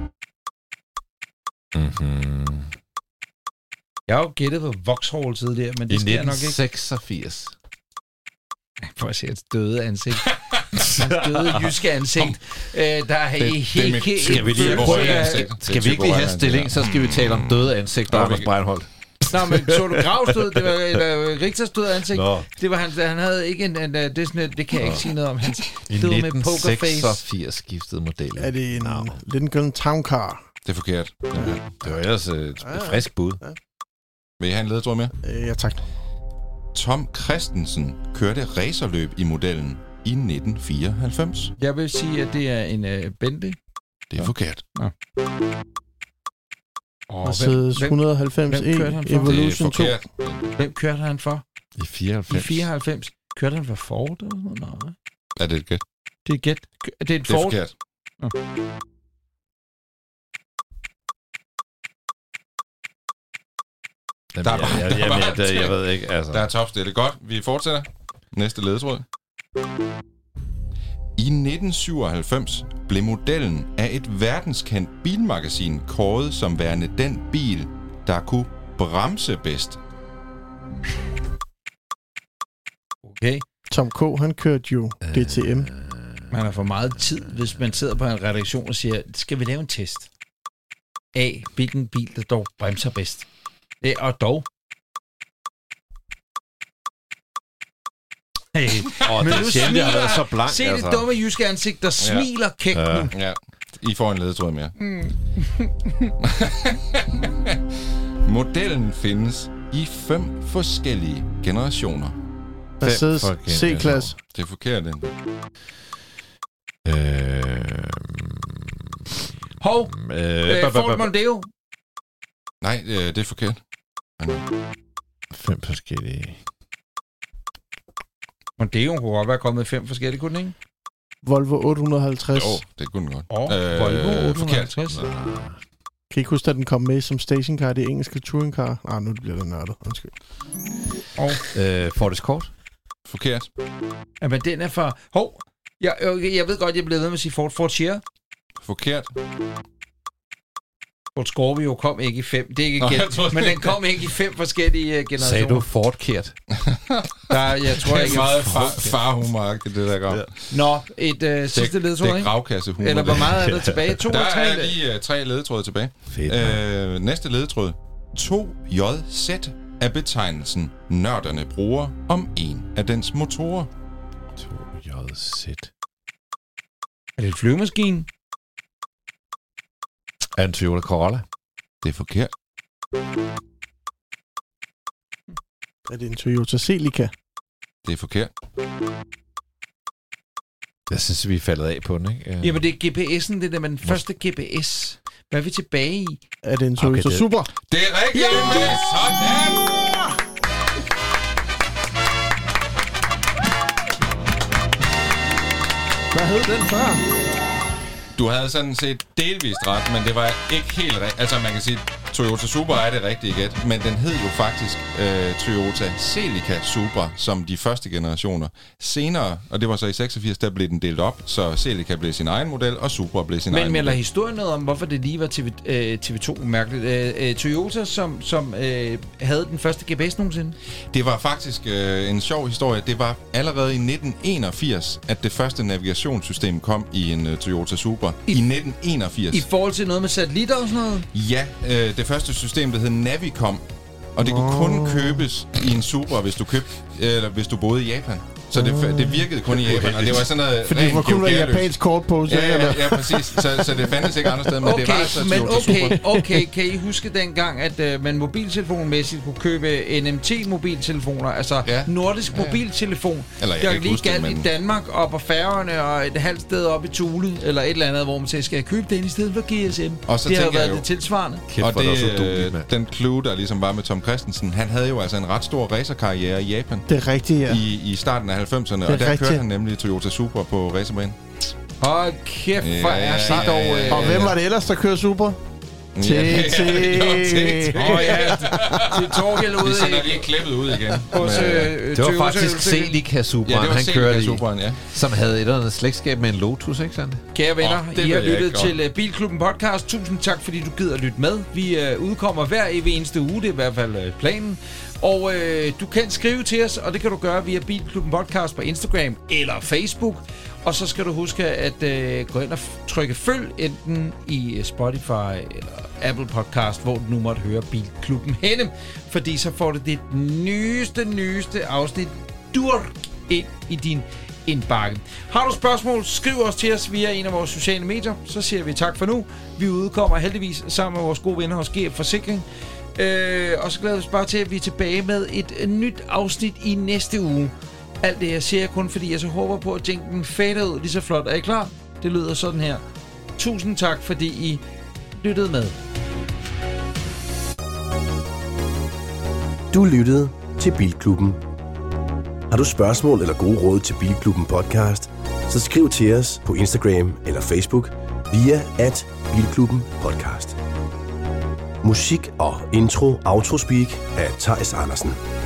Mm-hmm. Jeg har jo gættet på Vauxhall tidligere, men det sker nok ikke. I 1986. Prøv at se et døde ansigt. Døde jyske ansigt. Der er helt... Skal vi ikke lige have stilling, så skal vi tale om døde ansigter, Anders Breinholt. Nå, men så du Gravs død? Det var Richters døde ansigt. Nå. Det var han havde ikke en det er sådan, det kan jeg ikke sige noget om. Han døde med pokerface. I 1986 skiftede modellen. Er det en Lincoln Town Car? Det er forkert. Ja. Det var ellers et frisk bud. Ja. Vil I have en ledetråd med? Ja, tak. Tom Christensen kørte racerløb i modellen i 1994. Jeg vil sige, at det er en Bentley. Det er forkert. Ja. Mercedes 190 Evolution 2. Hvem kørte han for? I 94. I 94. Kørte han for Ford? Nej. Er det et gæt? Det er et gæt. Det er et Ford. Det er forkert. Ja. Jeg ved ikke. Altså. Der er topstillet. Godt, vi fortsætter. Næste ledetråd. I 1997 blev modellen af et verdenskendt bilmagasin kåret som værende den bil, der kunne bremse bedst. Okay. Tom K., han kørte jo DTM. Man har for meget tid, hvis man sidder på en redaktion og siger, skal vi lave en test? af, hvilken bil, der dog bremser bedst. Og dog. Hey. Men det sjældent, jeg har været så blank. Se det dumme jyske ansigt, der smiler kægt nu. Ja, I får en ledetråd mere. Modellen findes i 5 forskellige generationer. Mercedes C-klasse. Det er forkert. Ford Mondeo. Nej, det er forkert. 5 forskellige. Mondeo kunne godt være kommet i 5 forskellige, kunne den ikke? Volvo 850. Jo, det kunne den godt. Volvo 850. Kan I ikke huske, at den kom med som stationcar, det engelske touringcar? Nu bliver det nørdet. Undskyld. Ford Escort. Forkert. Men den er for... Jeg ved godt, jeg blev ved med at sige Ford Sierra. Forkert. Ford Scorpio kom ikke i 5. Det er ikke gæt, men den kom ikke i 5 forskellige generationer. Sagde du Ford-kert? Jeg tror ikke... Det er meget farhumoragtigt, det der gør. Nå, et sidste ledetråd, det er gravkassehumor. Eller hvor meget er der tilbage? 2 der og 3? Der er lige 3 ledetråde tilbage. Fedt. Næste ledetråd. 2JZ er betegnelsen, nørderne bruger om en af dens motorer. 2JZ. Er det et flyvemaskine? Er en Toyota Corolla? Det er forkert. Er det en Toyota Celica? Det er forkert. Jeg synes, vi er faldet af på den, ikke? Jamen, det er GPS'en, det der med den første GPS. Hvad er vi tilbage i? Er det en Toyota Supra? Det er rigtigt! Ja! Sådan! Hvad hed den før? Du havde sådan set delvist ret, men det var ikke helt rigtigt. Altså, man kan sige, Toyota Supra er det rigtige gæt, men den hed jo faktisk Toyota Celica Supra, som de første generationer. Senere, og det var så i 86, der blev den delt op, så Celica blev sin egen model, og Supra blev sin egen model. Men melder historien noget om, hvorfor det lige var TV2 mærkeligt? Toyota, som havde den første GPS nogensinde? Det var faktisk en sjov historie. Det var allerede i 1981, at det første navigationssystem kom i en Toyota Supra. I 1981. I forhold til noget med satellitter og sådan noget? Ja, det første system, der hed Navicom. Og det kunne kun købes i en Supra, hvis du boede i Japan. Så det virkede kun i Japan, og det var sådan noget fordi det var kun et japansk kort på. Ja, præcis. Så det fandtes ikke andre steder, men det var altså okay, kan I huske dengang, at man mobiltelefonmæssigt kunne købe NMT-mobiltelefoner, altså nordisk mobiltelefon, der lige galt i Danmark og på Færøerne og et halvt sted op i Thule, eller et eller andet, hvor man siger, skal jeg købe den i stedet for GSM? Og så det har været det tilsvarende. Og det, den clue, der ligesom var med Tom Christensen, han havde jo altså en ret stor racerkarriere i Japan. Det er rigtigt, ja. I starten af 90'erne, og der kørte han nemlig Toyota Supra på racerbanen. Hold kæft, for er det dog... Og hvem var det ellers, der kører Supra? TT. Ja, til Torgild ude. De sender lige klippet ud igen. Det var faktisk Celica Supra, han kørte i, som havde et eller andet slægtskab med en Lotus, ikke sandt? Kære venner, I har lyttet til Bilklubben Podcast. Tusind tak, fordi du gider lytte med. Vi udkommer hver eneste uge, det er i hvert fald planen. Og du kan skrive til os, og det kan du gøre via Bilklubben Podcast på Instagram eller Facebook. Og så skal du huske at gå ind og trykke følg, enten i Spotify eller Apple Podcast, hvor du nu måtte høre Bilklubben henne. Fordi så får du det nyeste afsnit ind i din indbakke. Har du spørgsmål, skriv os til os via en af vores sociale medier. Så siger vi tak for nu. Vi udkommer heldigvis sammen med vores gode venner hos GF Forsikring. Og så glæder vi os bare til, at vi er tilbage med et nyt afsnit i næste uge. Alt det, jeg siger kun, fordi jeg så håber på, at jinken fader ud lige så flot. Er I klar? Det lyder sådan her. Tusind tak, fordi I lyttede med. Du lyttede til Bilklubben. Har du spørgsmål eller gode råd til Bilklubben Podcast, så skriv til os på Instagram eller Facebook via @Bilklubben Podcast. Musik og intro, outrospeak af Theis Andersen.